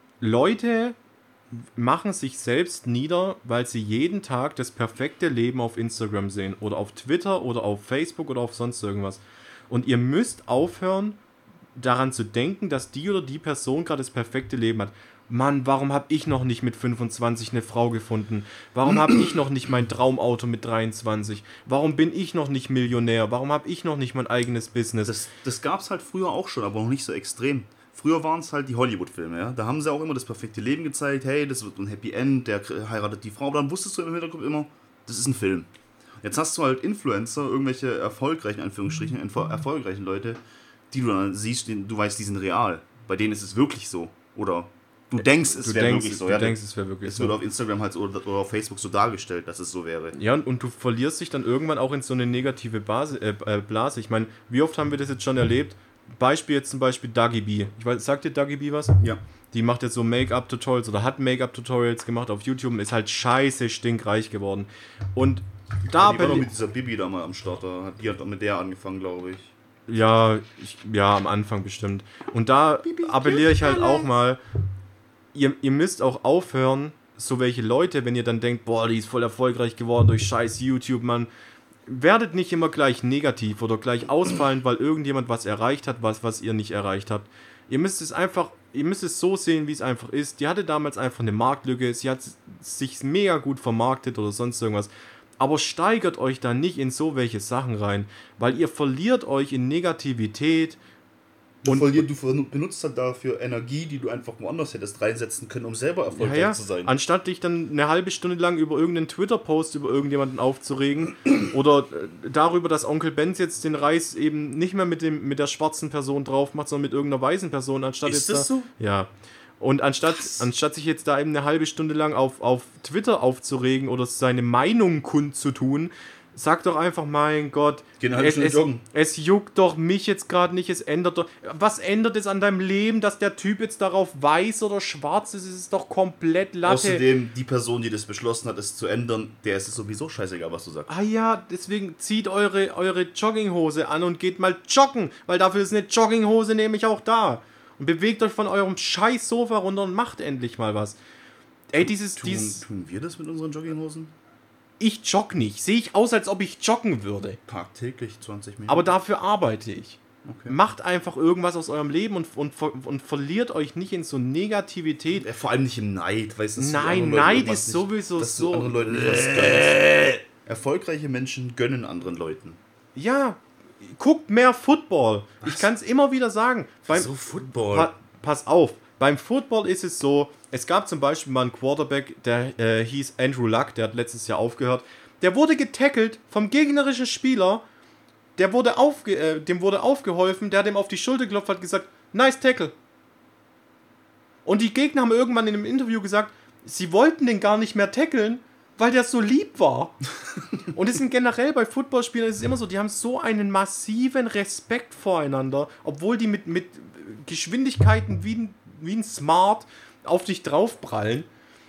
Leute machen sich selbst nieder, weil sie jeden Tag das perfekte Leben auf Instagram sehen oder auf Twitter oder auf Facebook oder auf sonst irgendwas. Und ihr müsst aufhören, daran zu denken, dass die oder die Person gerade das perfekte Leben hat. Mann, warum habe ich noch nicht mit 25 eine Frau gefunden? Warum habe ich noch nicht mein Traumauto mit 23? Warum bin ich noch nicht Millionär? Warum habe ich noch nicht mein eigenes Business? Das gab es halt früher auch schon, aber noch nicht so extrem. Früher waren es halt die Hollywood-Filme, ja. Da haben sie auch immer das perfekte Leben gezeigt. Hey, das wird ein Happy End, der heiratet die Frau. Aber dann wusstest du im Hintergrund immer, das ist ein Film. Jetzt hast du halt Influencer, irgendwelche erfolgreichen, Anführungsstrichen, erfolgreichen Leute, die du dann siehst, du weißt, die sind real. Bei denen ist es wirklich so. Oder du denkst, es wäre wirklich so. Es wird auf Instagram halt oder auf Facebook so dargestellt, dass es so wäre. Ja, und du verlierst dich dann irgendwann auch in so eine negative Blase. Ich meine, wie oft haben wir das jetzt schon erlebt? Beispiel jetzt zum Beispiel Dagi B. Sagt dir Dagi B was? Ja. Die macht jetzt so Make-up-Tutorials oder hat Make-up-Tutorials gemacht auf YouTube und ist halt scheiße stinkreich geworden. Und da die war doch mit dieser Bibi da mal am Start. Die hat mit der angefangen, glaube ich. Ja, am Anfang bestimmt. Und da appelliere ich halt auch mal, ihr müsst auch aufhören, so welche Leute, wenn ihr dann denkt, boah, die ist voll erfolgreich geworden durch scheiß YouTube, Mann, werdet nicht immer gleich negativ oder gleich ausfallend, weil irgendjemand was erreicht hat, was ihr nicht erreicht habt. Ihr müsst es einfach ihr müsst es so sehen, wie es einfach ist. Die hatte damals einfach eine Marktlücke, sie hat sich mega gut vermarktet oder sonst irgendwas. Aber steigert euch da nicht in so welche Sachen rein, weil ihr verliert euch in Negativität. Du benutzt halt dafür Energie, die du einfach woanders hättest reinsetzen können, um selber erfolgreich zu sein. Anstatt dich dann eine halbe Stunde lang über irgendeinen Twitter-Post über irgendjemanden aufzuregen oder darüber, dass Onkel Benz jetzt den Reis eben nicht mehr mit der schwarzen Person drauf macht, sondern mit irgendeiner weißen Person. Anstatt Ist das so? Ja. Und anstatt sich jetzt da eben eine halbe Stunde lang auf Twitter aufzuregen oder seine Meinung kundzutun, sag doch einfach, mein Gott, es juckt doch mich jetzt gerade nicht, es ändert doch... Was ändert es an deinem Leben, dass der Typ jetzt darauf weiß oder schwarz ist? Es ist doch komplett Latte. Außerdem, die Person, die das beschlossen hat, es zu ändern, der ist es sowieso scheißegal, was du sagst. Ah ja, deswegen zieht eure Jogginghose an und geht mal joggen, weil dafür ist eine Jogginghose nämlich auch da. Und bewegt euch von eurem scheiß Sofa runter und macht endlich mal was. Ey, Tun wir das mit unseren Jogginghosen? Ich jogge nicht. Sehe ich aus, als ob ich joggen würde. Tagtäglich 20 Minuten. Aber dafür arbeite ich. Okay. Macht einfach irgendwas aus eurem Leben und verliert euch nicht in so Negativität. Vor allem nicht im Neid. Weißt du, Nein, Neid ist sowieso dass so. Du anderen Leuten nicht was gönnst. Erfolgreiche Menschen gönnen anderen Leuten. Ja, guckt mehr Football. Was? Ich kann es immer wieder sagen. So Football? Pass auf. Beim Football ist es so, es gab zum Beispiel mal einen Quarterback, der hieß Andrew Luck, der hat letztes Jahr aufgehört. Der wurde getackelt vom gegnerischen Spieler, dem wurde aufgeholfen, der hat ihm auf die Schulter geklopft, hat gesagt, nice tackle. Und die Gegner haben irgendwann in einem Interview gesagt, sie wollten den gar nicht mehr tackeln, weil der so lieb war. Und es sind generell bei Footballspielern, es ist immer so, die haben so einen massiven Respekt voreinander, obwohl die mit Geschwindigkeiten wie ein Smart auf dich draufprallen.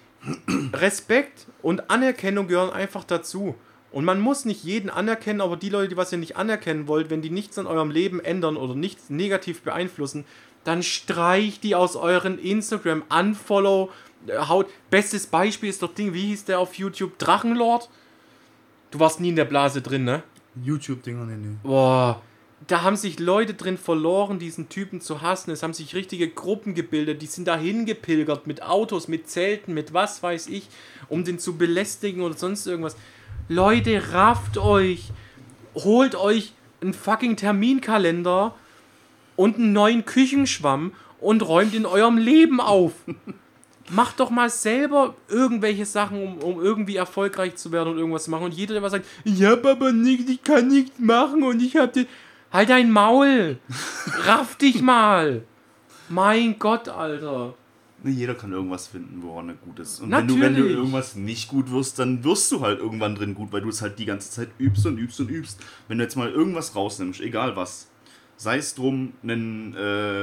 Respekt und Anerkennung gehören einfach dazu. Und man muss nicht jeden anerkennen, aber die Leute, die was ihr nicht anerkennen wollt, wenn die nichts an eurem Leben ändern oder nichts negativ beeinflussen, dann streicht die aus euren Instagram, unfollow, haut. Bestes Beispiel ist doch Ding, wie hieß der auf YouTube? Drachenlord? Du warst nie in der Blase drin, ne? YouTube-Dinger, nee. Boah, da haben sich Leute drin verloren, diesen Typen zu hassen. Es haben sich richtige Gruppen gebildet, die sind dahin gepilgert mit Autos, mit Zelten, mit was weiß ich, um den zu belästigen oder sonst irgendwas. Leute, rafft euch, holt euch einen fucking Terminkalender und einen neuen Küchenschwamm und räumt in eurem Leben auf. Macht doch mal selber irgendwelche Sachen, um irgendwie erfolgreich zu werden und irgendwas zu machen. Und jeder, der was sagt, ich hab aber nichts, ich kann nichts machen und ich hab den... Halt dein Maul! Raff dich mal! Mein Gott, Alter! Jeder kann irgendwas finden, woran er gut ist. Und Natürlich. wenn du irgendwas nicht gut wirst, dann wirst du halt irgendwann drin gut, weil du es halt die ganze Zeit übst und übst und übst. Wenn du jetzt mal irgendwas rausnimmst, egal was, sei es drum, einen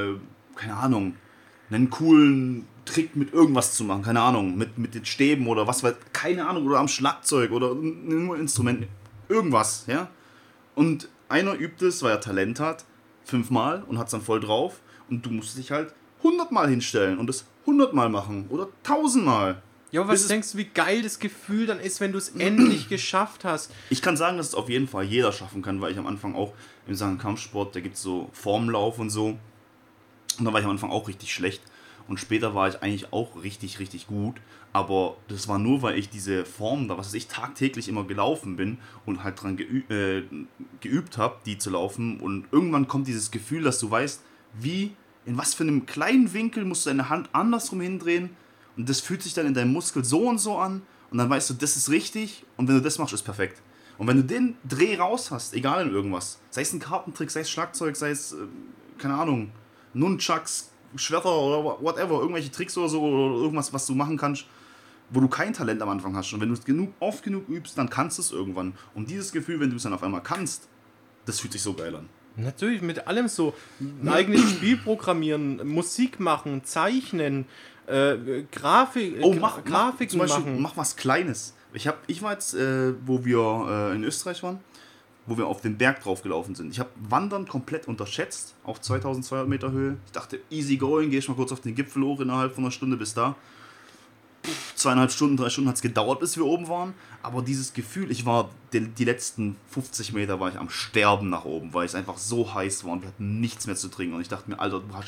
coolen Trick mit irgendwas zu machen, keine Ahnung, mit den Stäben oder was weiß, keine Ahnung, oder am Schlagzeug oder nur ein Instrument, irgendwas, ja. Und einer übt es, weil er Talent hat, 5-mal und hat es dann voll drauf und du musst dich halt 100-mal hinstellen und es 100-mal machen oder 1000-mal. Ja, aber was denkst du, wie geil das Gefühl dann ist, wenn du es endlich geschafft hast? Ich kann sagen, dass es auf jeden Fall jeder schaffen kann, weil ich am Anfang auch in Sachen Kampfsport, da gibt es so Formlauf und so. Und da war ich am Anfang auch richtig schlecht. Und später war ich eigentlich auch richtig, richtig gut. Aber das war nur, weil ich diese Form da, was weiß ich, tagtäglich immer gelaufen bin und halt dran geübt habe, die zu laufen. Und irgendwann kommt dieses Gefühl, dass du weißt, in was für einem kleinen Winkel musst du deine Hand andersrum hindrehen. Und das fühlt sich dann in deinem Muskel so und so an. Und dann weißt du, das ist richtig. Und wenn du das machst, ist perfekt. Und wenn du den Dreh raus hast, egal in irgendwas, sei es ein Kartentrick, sei es Schlagzeug, sei es, keine Ahnung, Nunchucks, Schwerter oder whatever, irgendwelche Tricks oder so, oder irgendwas, was du machen kannst, wo du kein Talent am Anfang hast. Und wenn du es oft genug übst, dann kannst du es irgendwann. Und dieses Gefühl, wenn du es dann auf einmal kannst, das fühlt sich so geil an. Natürlich, mit allem so. Ein eigenes Spiel programmieren, Musik machen, zeichnen, Grafiken machen. Mach was Kleines. Ich war jetzt, wo wir in Österreich waren, wo wir auf den Berg drauf gelaufen sind. Ich habe Wandern komplett unterschätzt, auf 2200 Meter Höhe. Ich dachte, easy going, gehe ich mal kurz auf den Gipfel hoch, innerhalb von einer Stunde bis da. 2,5 Stunden, 3 Stunden hat es gedauert, bis wir oben waren. Aber dieses Gefühl, ich war die letzten 50 Meter war ich am Sterben nach oben, weil es einfach so heiß war und wir hatten nichts mehr zu trinken. Und ich dachte mir, Alter, du hast jetzt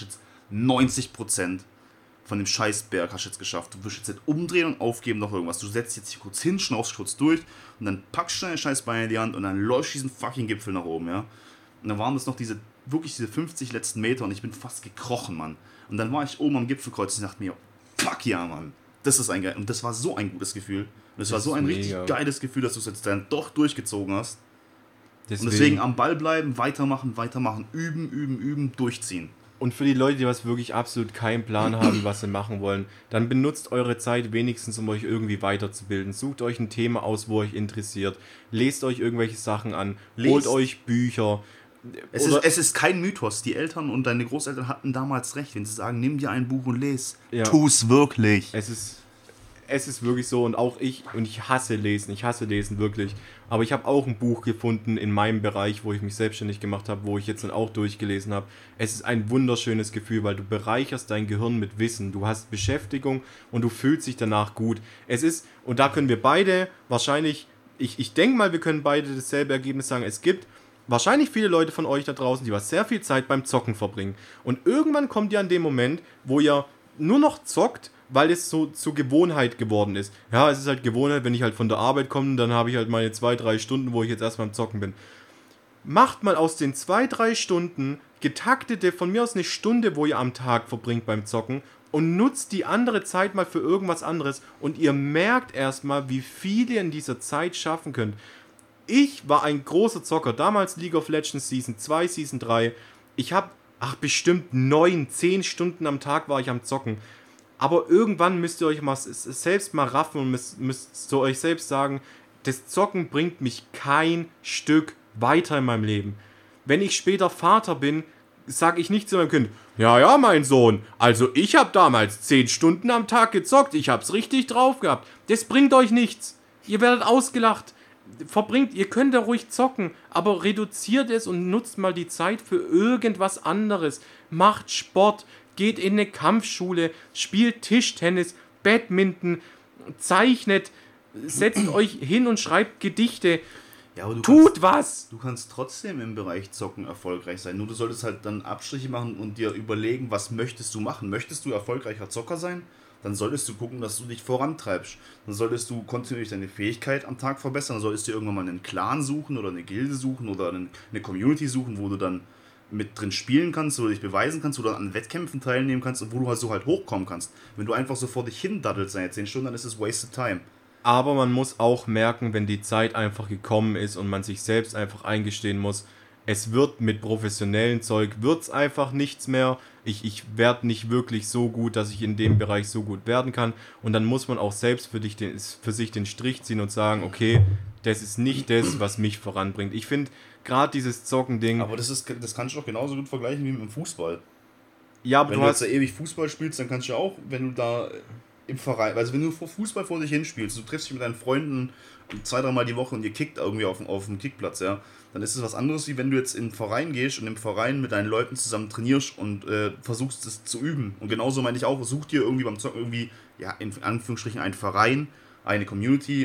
90% von dem Scheißberg hast du jetzt geschafft. Du wirst jetzt nicht umdrehen und aufgeben noch irgendwas. Du setzt jetzt hier kurz hin, schnaufst kurz durch und dann packst du deine Scheißbeine in die Hand und dann läufst du diesen fucking Gipfel nach oben, ja. Und dann waren das noch diese 50 letzten Meter und ich bin fast gekrochen, Mann. Und dann war ich oben am Gipfelkreuz und dachte mir, fuck ja, Mann. Das ist ein geil. Und das war so ein gutes Gefühl. Und das war so ein richtig geiles Gefühl, dass du es jetzt dann doch durchgezogen hast. Und deswegen am Ball bleiben, weitermachen, üben, durchziehen. Und für die Leute, die was wirklich absolut keinen Plan haben, was sie machen wollen, dann benutzt eure Zeit wenigstens, um euch irgendwie weiterzubilden. Sucht euch ein Thema aus, wo euch interessiert. Lest euch irgendwelche Sachen an. Holt euch Bücher. Es ist kein Mythos. Die Eltern und deine Großeltern hatten damals recht, wenn sie sagen, nimm dir ein Buch und les. Ja. Tu's wirklich. Es ist wirklich so und auch ich hasse Lesen wirklich, aber ich habe auch ein Buch gefunden in meinem Bereich, wo ich mich selbstständig gemacht habe, wo ich jetzt dann auch durchgelesen habe. Es ist ein wunderschönes Gefühl, weil du bereicherst dein Gehirn mit Wissen, du hast Beschäftigung und du fühlst dich danach gut. Und da können wir beide wahrscheinlich, ich denke mal, wir können beide dasselbe Ergebnis sagen, es gibt wahrscheinlich viele Leute von euch da draußen, die was sehr viel Zeit beim Zocken verbringen und irgendwann kommt ihr an dem Moment, wo ihr nur noch zockt, weil es so zur Gewohnheit geworden ist. Ja, es ist halt Gewohnheit, wenn ich halt von der Arbeit komme, dann habe ich halt meine 2-3 Stunden, wo ich jetzt erstmal am Zocken bin. Macht mal aus den 2-3 Stunden getaktete, von mir aus eine Stunde, wo ihr am Tag verbringt beim Zocken und nutzt die andere Zeit mal für irgendwas anderes und ihr merkt erstmal, wie viel ihr in dieser Zeit schaffen könnt. Ich war ein großer Zocker, damals League of Legends Season 2, Season 3. Ich habe, bestimmt 9-10 Stunden am Tag war ich am Zocken. Aber irgendwann müsst ihr euch mal selbst mal raffen und müsst zu euch selbst sagen, das Zocken bringt mich kein Stück weiter in meinem Leben. Wenn ich später Vater bin, sage ich nicht zu meinem Kind, ja, mein Sohn, also ich habe damals 10 Stunden am Tag gezockt, ich hab's richtig drauf gehabt. Das bringt euch nichts. Ihr werdet ausgelacht. Ihr könnt ja ruhig zocken, aber reduziert es und nutzt mal die Zeit für irgendwas anderes. Macht Sport. Geht in eine Kampfschule, spielt Tischtennis, Badminton, zeichnet, setzt euch hin und schreibt Gedichte. Ja, aber was! Du kannst trotzdem im Bereich Zocken erfolgreich sein. Nur du solltest halt dann Abstriche machen und dir überlegen, was möchtest du machen. Möchtest du erfolgreicher Zocker sein? Dann solltest du gucken, dass du dich vorantreibst. Dann solltest du kontinuierlich deine Fähigkeit am Tag verbessern. Dann solltest du irgendwann mal einen Clan suchen oder eine Gilde suchen oder eine Community suchen, wo du dann mit drin spielen kannst, wo du dich beweisen kannst, wo du an Wettkämpfen teilnehmen kannst und wo du halt so halt hochkommen kannst. Wenn du einfach so vor dich hin daddelst deine 10 Stunden, dann ist es wasted time. Aber man muss auch merken, wenn die Zeit einfach gekommen ist und man sich selbst einfach eingestehen muss, es wird mit professionellen Zeug, wird's einfach nichts mehr. Ich werde nicht wirklich so gut, dass ich in dem Bereich so gut werden kann. Und dann muss man auch selbst für sich den Strich ziehen und sagen, okay, das ist nicht das, was mich voranbringt. Ich finde, gerade dieses Zocken-Ding... Aber das kannst du doch genauso gut vergleichen wie mit dem Fußball. Ja, aber wenn du jetzt da ewig Fußball spielst, dann kannst du ja auch, wenn du da im Verein... Also wenn du Fußball vor dich hinspielst, du triffst dich mit deinen Freunden 2-3 Mal die Woche und ihr kickt irgendwie auf dem Kickplatz, ja, dann ist es was anderes, wie wenn du jetzt in den Verein gehst und im Verein mit deinen Leuten zusammen trainierst und versuchst es zu üben. Und genauso meine ich auch, such dir irgendwie beim Zocken irgendwie, ja, in Anführungsstrichen einen Verein, eine Community,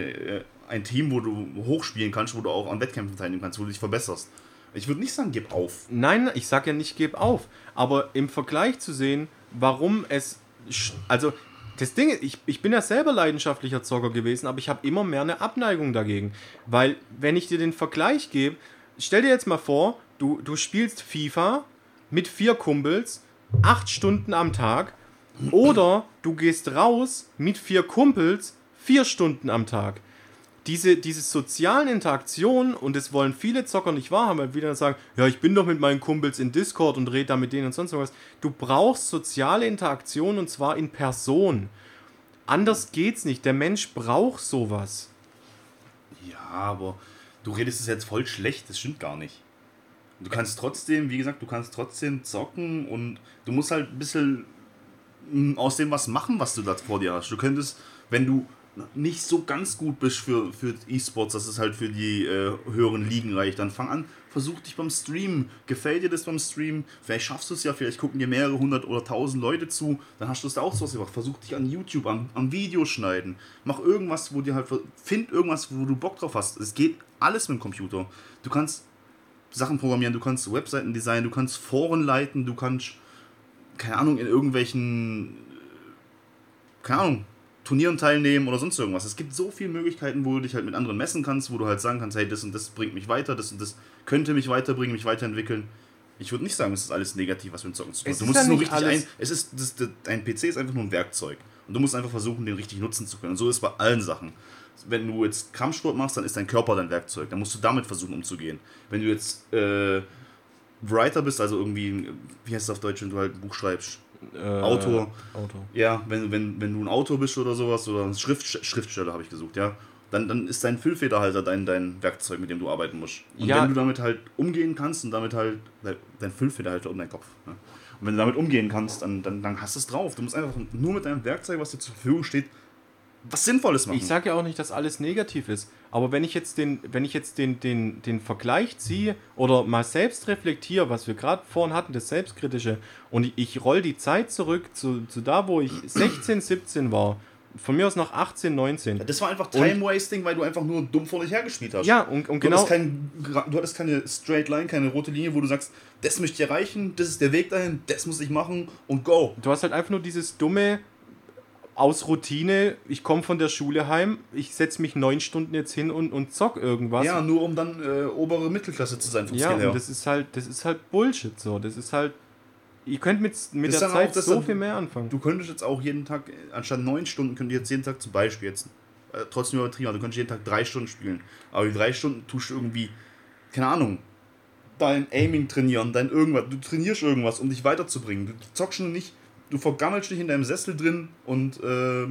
ein Team, wo du hochspielen kannst, wo du auch an Wettkämpfen teilnehmen kannst, wo du dich verbesserst. Ich würde nicht sagen, gib auf. Nein, ich sage ja nicht, gib auf. Aber im Vergleich zu sehen, warum es... Also, das Ding ist, ich bin ja selber leidenschaftlicher Zocker gewesen, aber ich habe immer mehr eine Abneigung dagegen. Weil, wenn ich dir den Vergleich gebe, stell dir jetzt mal vor, du spielst FIFA mit 4 Kumpels, 8 Stunden am Tag, oder du gehst raus mit 4 Kumpels, 4 Stunden am Tag. Diese sozialen Interaktionen, und das wollen viele Zocker nicht wahrhaben, weil viele dann sagen, ja, ich bin doch mit meinen Kumpels in Discord und rede da mit denen und sonst was. Du brauchst soziale Interaktion und zwar in Person. Anders geht's nicht. Der Mensch braucht sowas. Ja, aber du redest es jetzt voll schlecht, das stimmt gar nicht. Du kannst trotzdem, wie gesagt, zocken und du musst halt ein bisschen aus dem was machen, was du da vor dir hast. Du könntest, wenn du nicht so ganz gut bist für E-Sports, dass es halt für die höheren Ligen reicht, dann fang an, versuch dich beim Streamen. Gefällt dir das beim Streamen? Vielleicht schaffst du es ja, vielleicht gucken dir mehrere 100 oder 1000 Leute zu, dann hast du es da auch so was gemacht. Versuch dich an YouTube, am Videoschneiden. Mach irgendwas, find irgendwas, wo du Bock drauf hast. Es geht alles mit dem Computer. Du kannst Sachen programmieren, du kannst Webseiten designen, du kannst Foren leiten, du kannst keine Ahnung, in irgendwelchen, keine Ahnung, Turnieren teilnehmen oder sonst irgendwas. Es gibt so viele Möglichkeiten, wo du dich halt mit anderen messen kannst, wo du halt sagen kannst, hey, das und das bringt mich weiter, das und das könnte mich weiterbringen, mich weiterentwickeln. Ich würde nicht sagen, es ist alles negativ, was mit Zocken zu tun hat. Du musst es nur richtig dein PC ist einfach nur ein Werkzeug. Und du musst einfach versuchen, den richtig nutzen zu können. Und so ist es bei allen Sachen. Wenn du jetzt Kampfsport machst, dann ist dein Körper dein Werkzeug. Dann musst du damit versuchen, umzugehen. Wenn du jetzt Writer bist, also irgendwie, wie heißt es auf Deutsch, wenn du halt ein Buch schreibst? Autor. Ja, wenn du ein Autor bist oder sowas, oder ein Schriftsteller habe ich gesucht, ja. Dann ist dein Füllfederhalter dein Werkzeug, mit dem du arbeiten musst. Und wenn du damit halt umgehen kannst und damit halt dein Füllfederhalter um deinen Kopf. Ne? Und wenn du damit umgehen kannst, dann hast du es drauf. Du musst einfach nur mit deinem Werkzeug, was dir zur Verfügung steht, was Sinnvolles machen. Ich sage ja auch nicht, dass alles negativ ist, aber wenn ich jetzt den Vergleich ziehe oder mal selbst reflektiere, was wir gerade vorhin hatten, das Selbstkritische, und ich roll die Zeit zurück zu da, wo ich 16, 17 war, von mir aus nach 18, 19. Das war einfach Time-Wasting, weil du einfach nur dumm vor dich hergespielt hast. Ja, und genau. Du hattest keine Straight Line, keine rote Linie, wo du sagst, das möchte ich erreichen, das ist der Weg dahin, das muss ich machen und go. Du hast halt einfach nur dieses dumme aus Routine, ich komme von der Schule heim, ich setze mich 9 Stunden jetzt hin und zock irgendwas. Ja, nur um dann obere Mittelklasse zu sein vom Skill her. Ja, und das ist halt Bullshit so. Das ist halt, ihr könnt mit der Zeit so viel mehr anfangen. Du könntest jetzt auch jeden Tag, anstatt 9 Stunden, könntest du jetzt jeden Tag zum Beispiel jetzt, trotzdem übertrieben, du könntest jeden Tag 3 Stunden spielen. Aber die 3 Stunden tust du irgendwie, keine Ahnung, dein Aiming trainieren, dein irgendwas, du trainierst irgendwas, um dich weiterzubringen. Du zockst schon nicht, du vergammelst dich in deinem Sessel drin und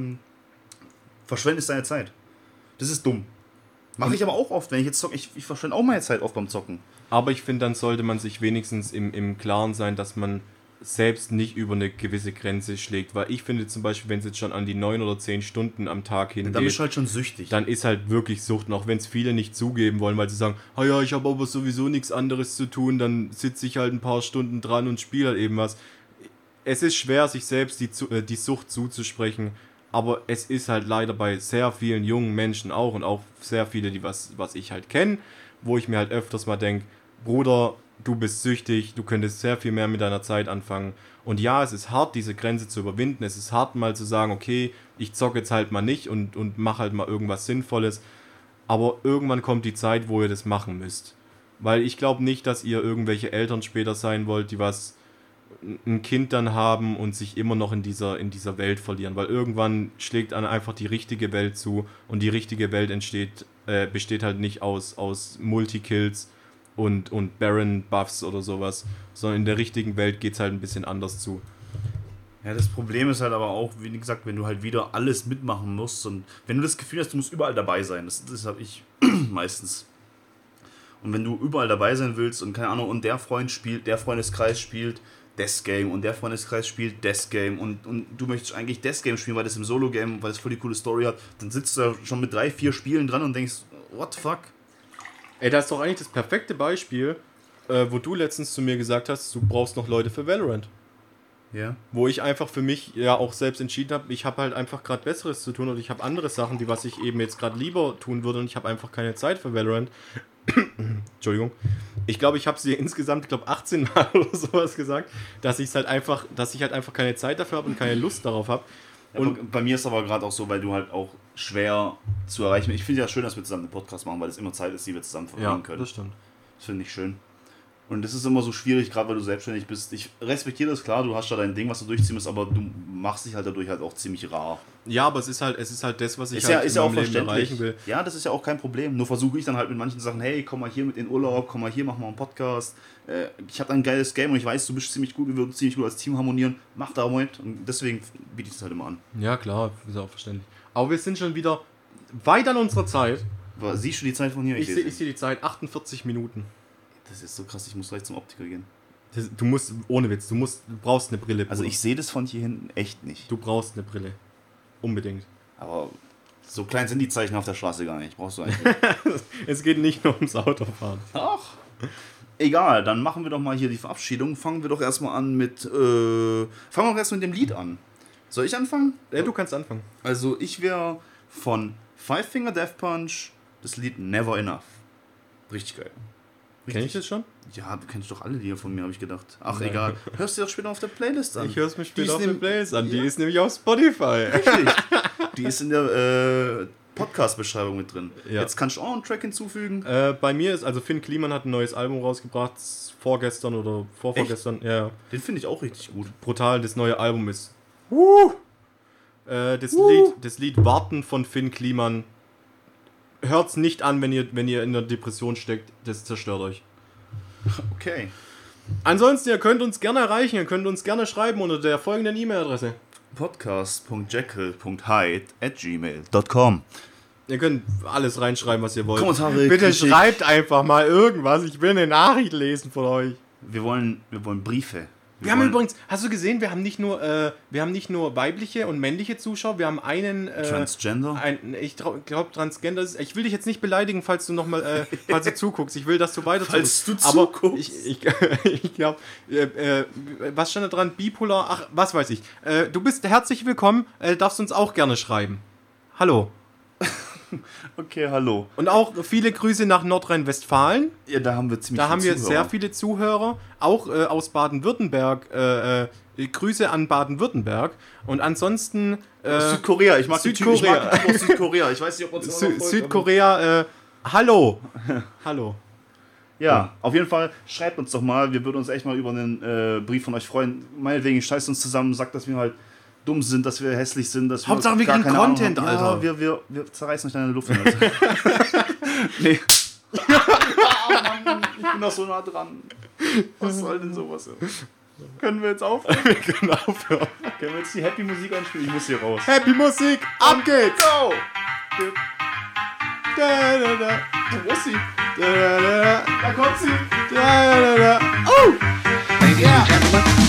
verschwendest deine Zeit. Das ist dumm. Mache ich aber auch oft, wenn ich jetzt zocke. Ich verschwende auch meine Zeit oft beim Zocken. Aber ich finde, dann sollte man sich wenigstens im Klaren sein, dass man selbst nicht über eine gewisse Grenze schlägt. Weil ich finde zum Beispiel, wenn es jetzt schon an die 9 oder 10 Stunden am Tag hingeht, dann bist du halt schon süchtig. Dann ist halt wirklich Sucht. Und auch wenn es viele nicht zugeben wollen, weil sie sagen, ah ja, ich habe aber sowieso nichts anderes zu tun, dann sitze ich halt ein paar Stunden dran und spiele halt eben was. Es ist schwer, sich selbst die Sucht zuzusprechen, aber es ist halt leider bei sehr vielen jungen Menschen auch und auch sehr viele, die was ich halt kenne, wo ich mir halt öfters mal denke, Bruder, du bist süchtig, du könntest sehr viel mehr mit deiner Zeit anfangen. Und ja, es ist hart, diese Grenze zu überwinden, es ist hart mal zu sagen, okay, ich zocke jetzt halt mal nicht und mache halt mal irgendwas Sinnvolles, aber irgendwann kommt die Zeit, wo ihr das machen müsst. Weil ich glaube nicht, dass ihr irgendwelche Eltern später sein wollt, die ein Kind dann haben und sich immer noch in dieser Welt verlieren, weil irgendwann schlägt dann einfach die richtige Welt zu und die richtige Welt besteht halt nicht aus Multikills und Baron-Buffs oder sowas, sondern in der richtigen Welt geht es halt ein bisschen anders zu. Ja, das Problem ist halt aber auch, wie gesagt, wenn du halt wieder alles mitmachen musst und wenn du das Gefühl hast, du musst überall dabei sein, das habe ich meistens. Und wenn du überall dabei sein willst und keine Ahnung, und der Freund spielt, der Freundeskreis spielt das Game und der Freundeskreis spielt das Game und du möchtest eigentlich das Game spielen, weil das im Solo-Game, weil es voll die coole Story hat, dann sitzt du da schon mit 3, 4 Spielen dran und denkst, what the fuck? Ey, das ist doch eigentlich das perfekte Beispiel, wo du letztens zu mir gesagt hast, du brauchst noch Leute für Valorant. Ja. Wo ich einfach für mich ja auch selbst entschieden habe, ich habe halt einfach gerade Besseres zu tun und ich habe andere Sachen, die was ich eben jetzt gerade lieber tun würde und ich habe einfach keine Zeit für Valorant. Entschuldigung. Ich glaube, ich habe sie insgesamt, 18 Mal oder sowas gesagt, dass ich halt einfach keine Zeit dafür habe und keine Lust darauf habe. Ja, und bei mir ist aber gerade auch so, weil du halt auch schwer zu erreichen bist. Ich finde ja schön, dass wir zusammen einen Podcast machen, weil es immer Zeit ist, die wir zusammen verbringen können. Ja, das stimmt. Das finde ich schön. Und das ist immer so schwierig, gerade weil du selbstständig bist. Ich respektiere das, klar, du hast da dein Ding, was du durchziehen musst, aber du machst dich halt dadurch halt auch ziemlich rar. Ja, aber es ist halt das, was ich halt in meinem Leben erreichen will. Ja, das ist ja auch kein Problem. Nur versuche ich dann halt mit manchen Sachen, hey, komm mal hier mit in Urlaub, komm mal hier, mach mal einen Podcast. Ich habe ein geiles Game und ich weiß, du bist ziemlich gut, wir würden ziemlich gut als Team harmonieren. Mach da Moment. Und deswegen biete ich das halt immer an. Ja, klar, ist auch verständlich. Aber wir sind schon wieder weit an unserer Zeit. Siehst du die Zeit von hier? Ich sehe die Zeit, 48 Minuten. Das ist so krass, ich muss gleich zum Optiker gehen. Du musst, ohne Witz, du brauchst eine Brille. Bruder. Also ich sehe das von hier hinten echt nicht. Du brauchst eine Brille. Unbedingt. Aber so klein sind die Zeichen auf der Straße gar nicht. Brauchst du eigentlich nicht. Es geht nicht nur ums Autofahren. Ach. Egal, dann machen wir doch mal hier die Verabschiedung. Fangen wir doch erstmal an mit dem Lied an. Soll ich anfangen? Ja, du kannst anfangen. Also ich wäre von Five Finger Death Punch das Lied Never Enough. Richtig geil. Kenn ich das schon? Ja, du kennst doch alle Lieder von mir, habe ich gedacht. Ach, egal. Hörst du doch später auf der Playlist an. Ich höre es mir später auf der der Playlist an. Die ist nämlich auf Spotify. Richtig. Die ist in der Podcast-Beschreibung mit drin. Ja. Jetzt kannst du auch einen Track hinzufügen. Bei mir ist, also Finn Kliman hat ein neues Album rausgebracht, vorgestern oder vorvorgestern. Ja. Den finde ich auch richtig gut. Brutal, das neue Album ist. Das Lied Warten von Finn Kliman. Hört's nicht an, wenn ihr in der Depression steckt. Das zerstört euch. Okay. Ansonsten, ihr könnt uns gerne erreichen. Ihr könnt uns gerne schreiben unter der folgenden E-Mail-Adresse. podcast.jekyll.hyde@gmail.com. Ihr könnt alles reinschreiben, was ihr wollt. Kommentare, Bitte Kritik. schreibt einfach mal irgendwas. Ich will eine Nachricht lesen von euch. Wir wollen Briefe. Wir haben übrigens, hast du gesehen, wir haben nicht nur weibliche und männliche Zuschauer, wir haben einen Transgender? Ich glaube Transgender ist, ich will dich jetzt nicht beleidigen, falls du nochmal falls du zuguckst. Ich will, dass du weiter Falls du Aber zuguckst. ich glaube, was stand da dran? Bipolar, ach, was weiß ich. Du bist herzlich willkommen, darfst uns auch gerne schreiben. Hallo. Okay, hallo. Und auch viele Grüße nach Nordrhein-Westfalen. Ja, da haben wir ziemlich Da haben wir viele sehr viele Zuhörer, auch aus Baden-Württemberg. Grüße an Baden-Württemberg. Und ansonsten... Südkorea, ich mag Südkorea. Die Typ aus Südkorea. Ich weiß nicht, ob uns das noch folgt, Südkorea, hallo. Hallo. Ja, auf jeden Fall, schreibt uns doch mal. Wir würden uns echt mal über einen Brief von euch freuen. Meinetwegen, scheißt uns zusammen, sagt, dass wir halt dumm sind, dass wir hässlich sind, dass Hauptsache, wir gar kriegen keine Ahnung Content, haben. Alter. Ja, wir zerreißen euch deine Luft. Nee. Oh Mann, ich bin doch so nah dran. Was soll denn sowas? Können wir jetzt aufhören? Wir können aufhören. Können wir jetzt die Happy Musik einspielen? Ich muss hier raus. Happy Musik, ab geht's. Go! Da, da, da. Wo ist sie? Da, da, da. Da kommt sie! Da, da, da. Oh! Ladies and gentlemen,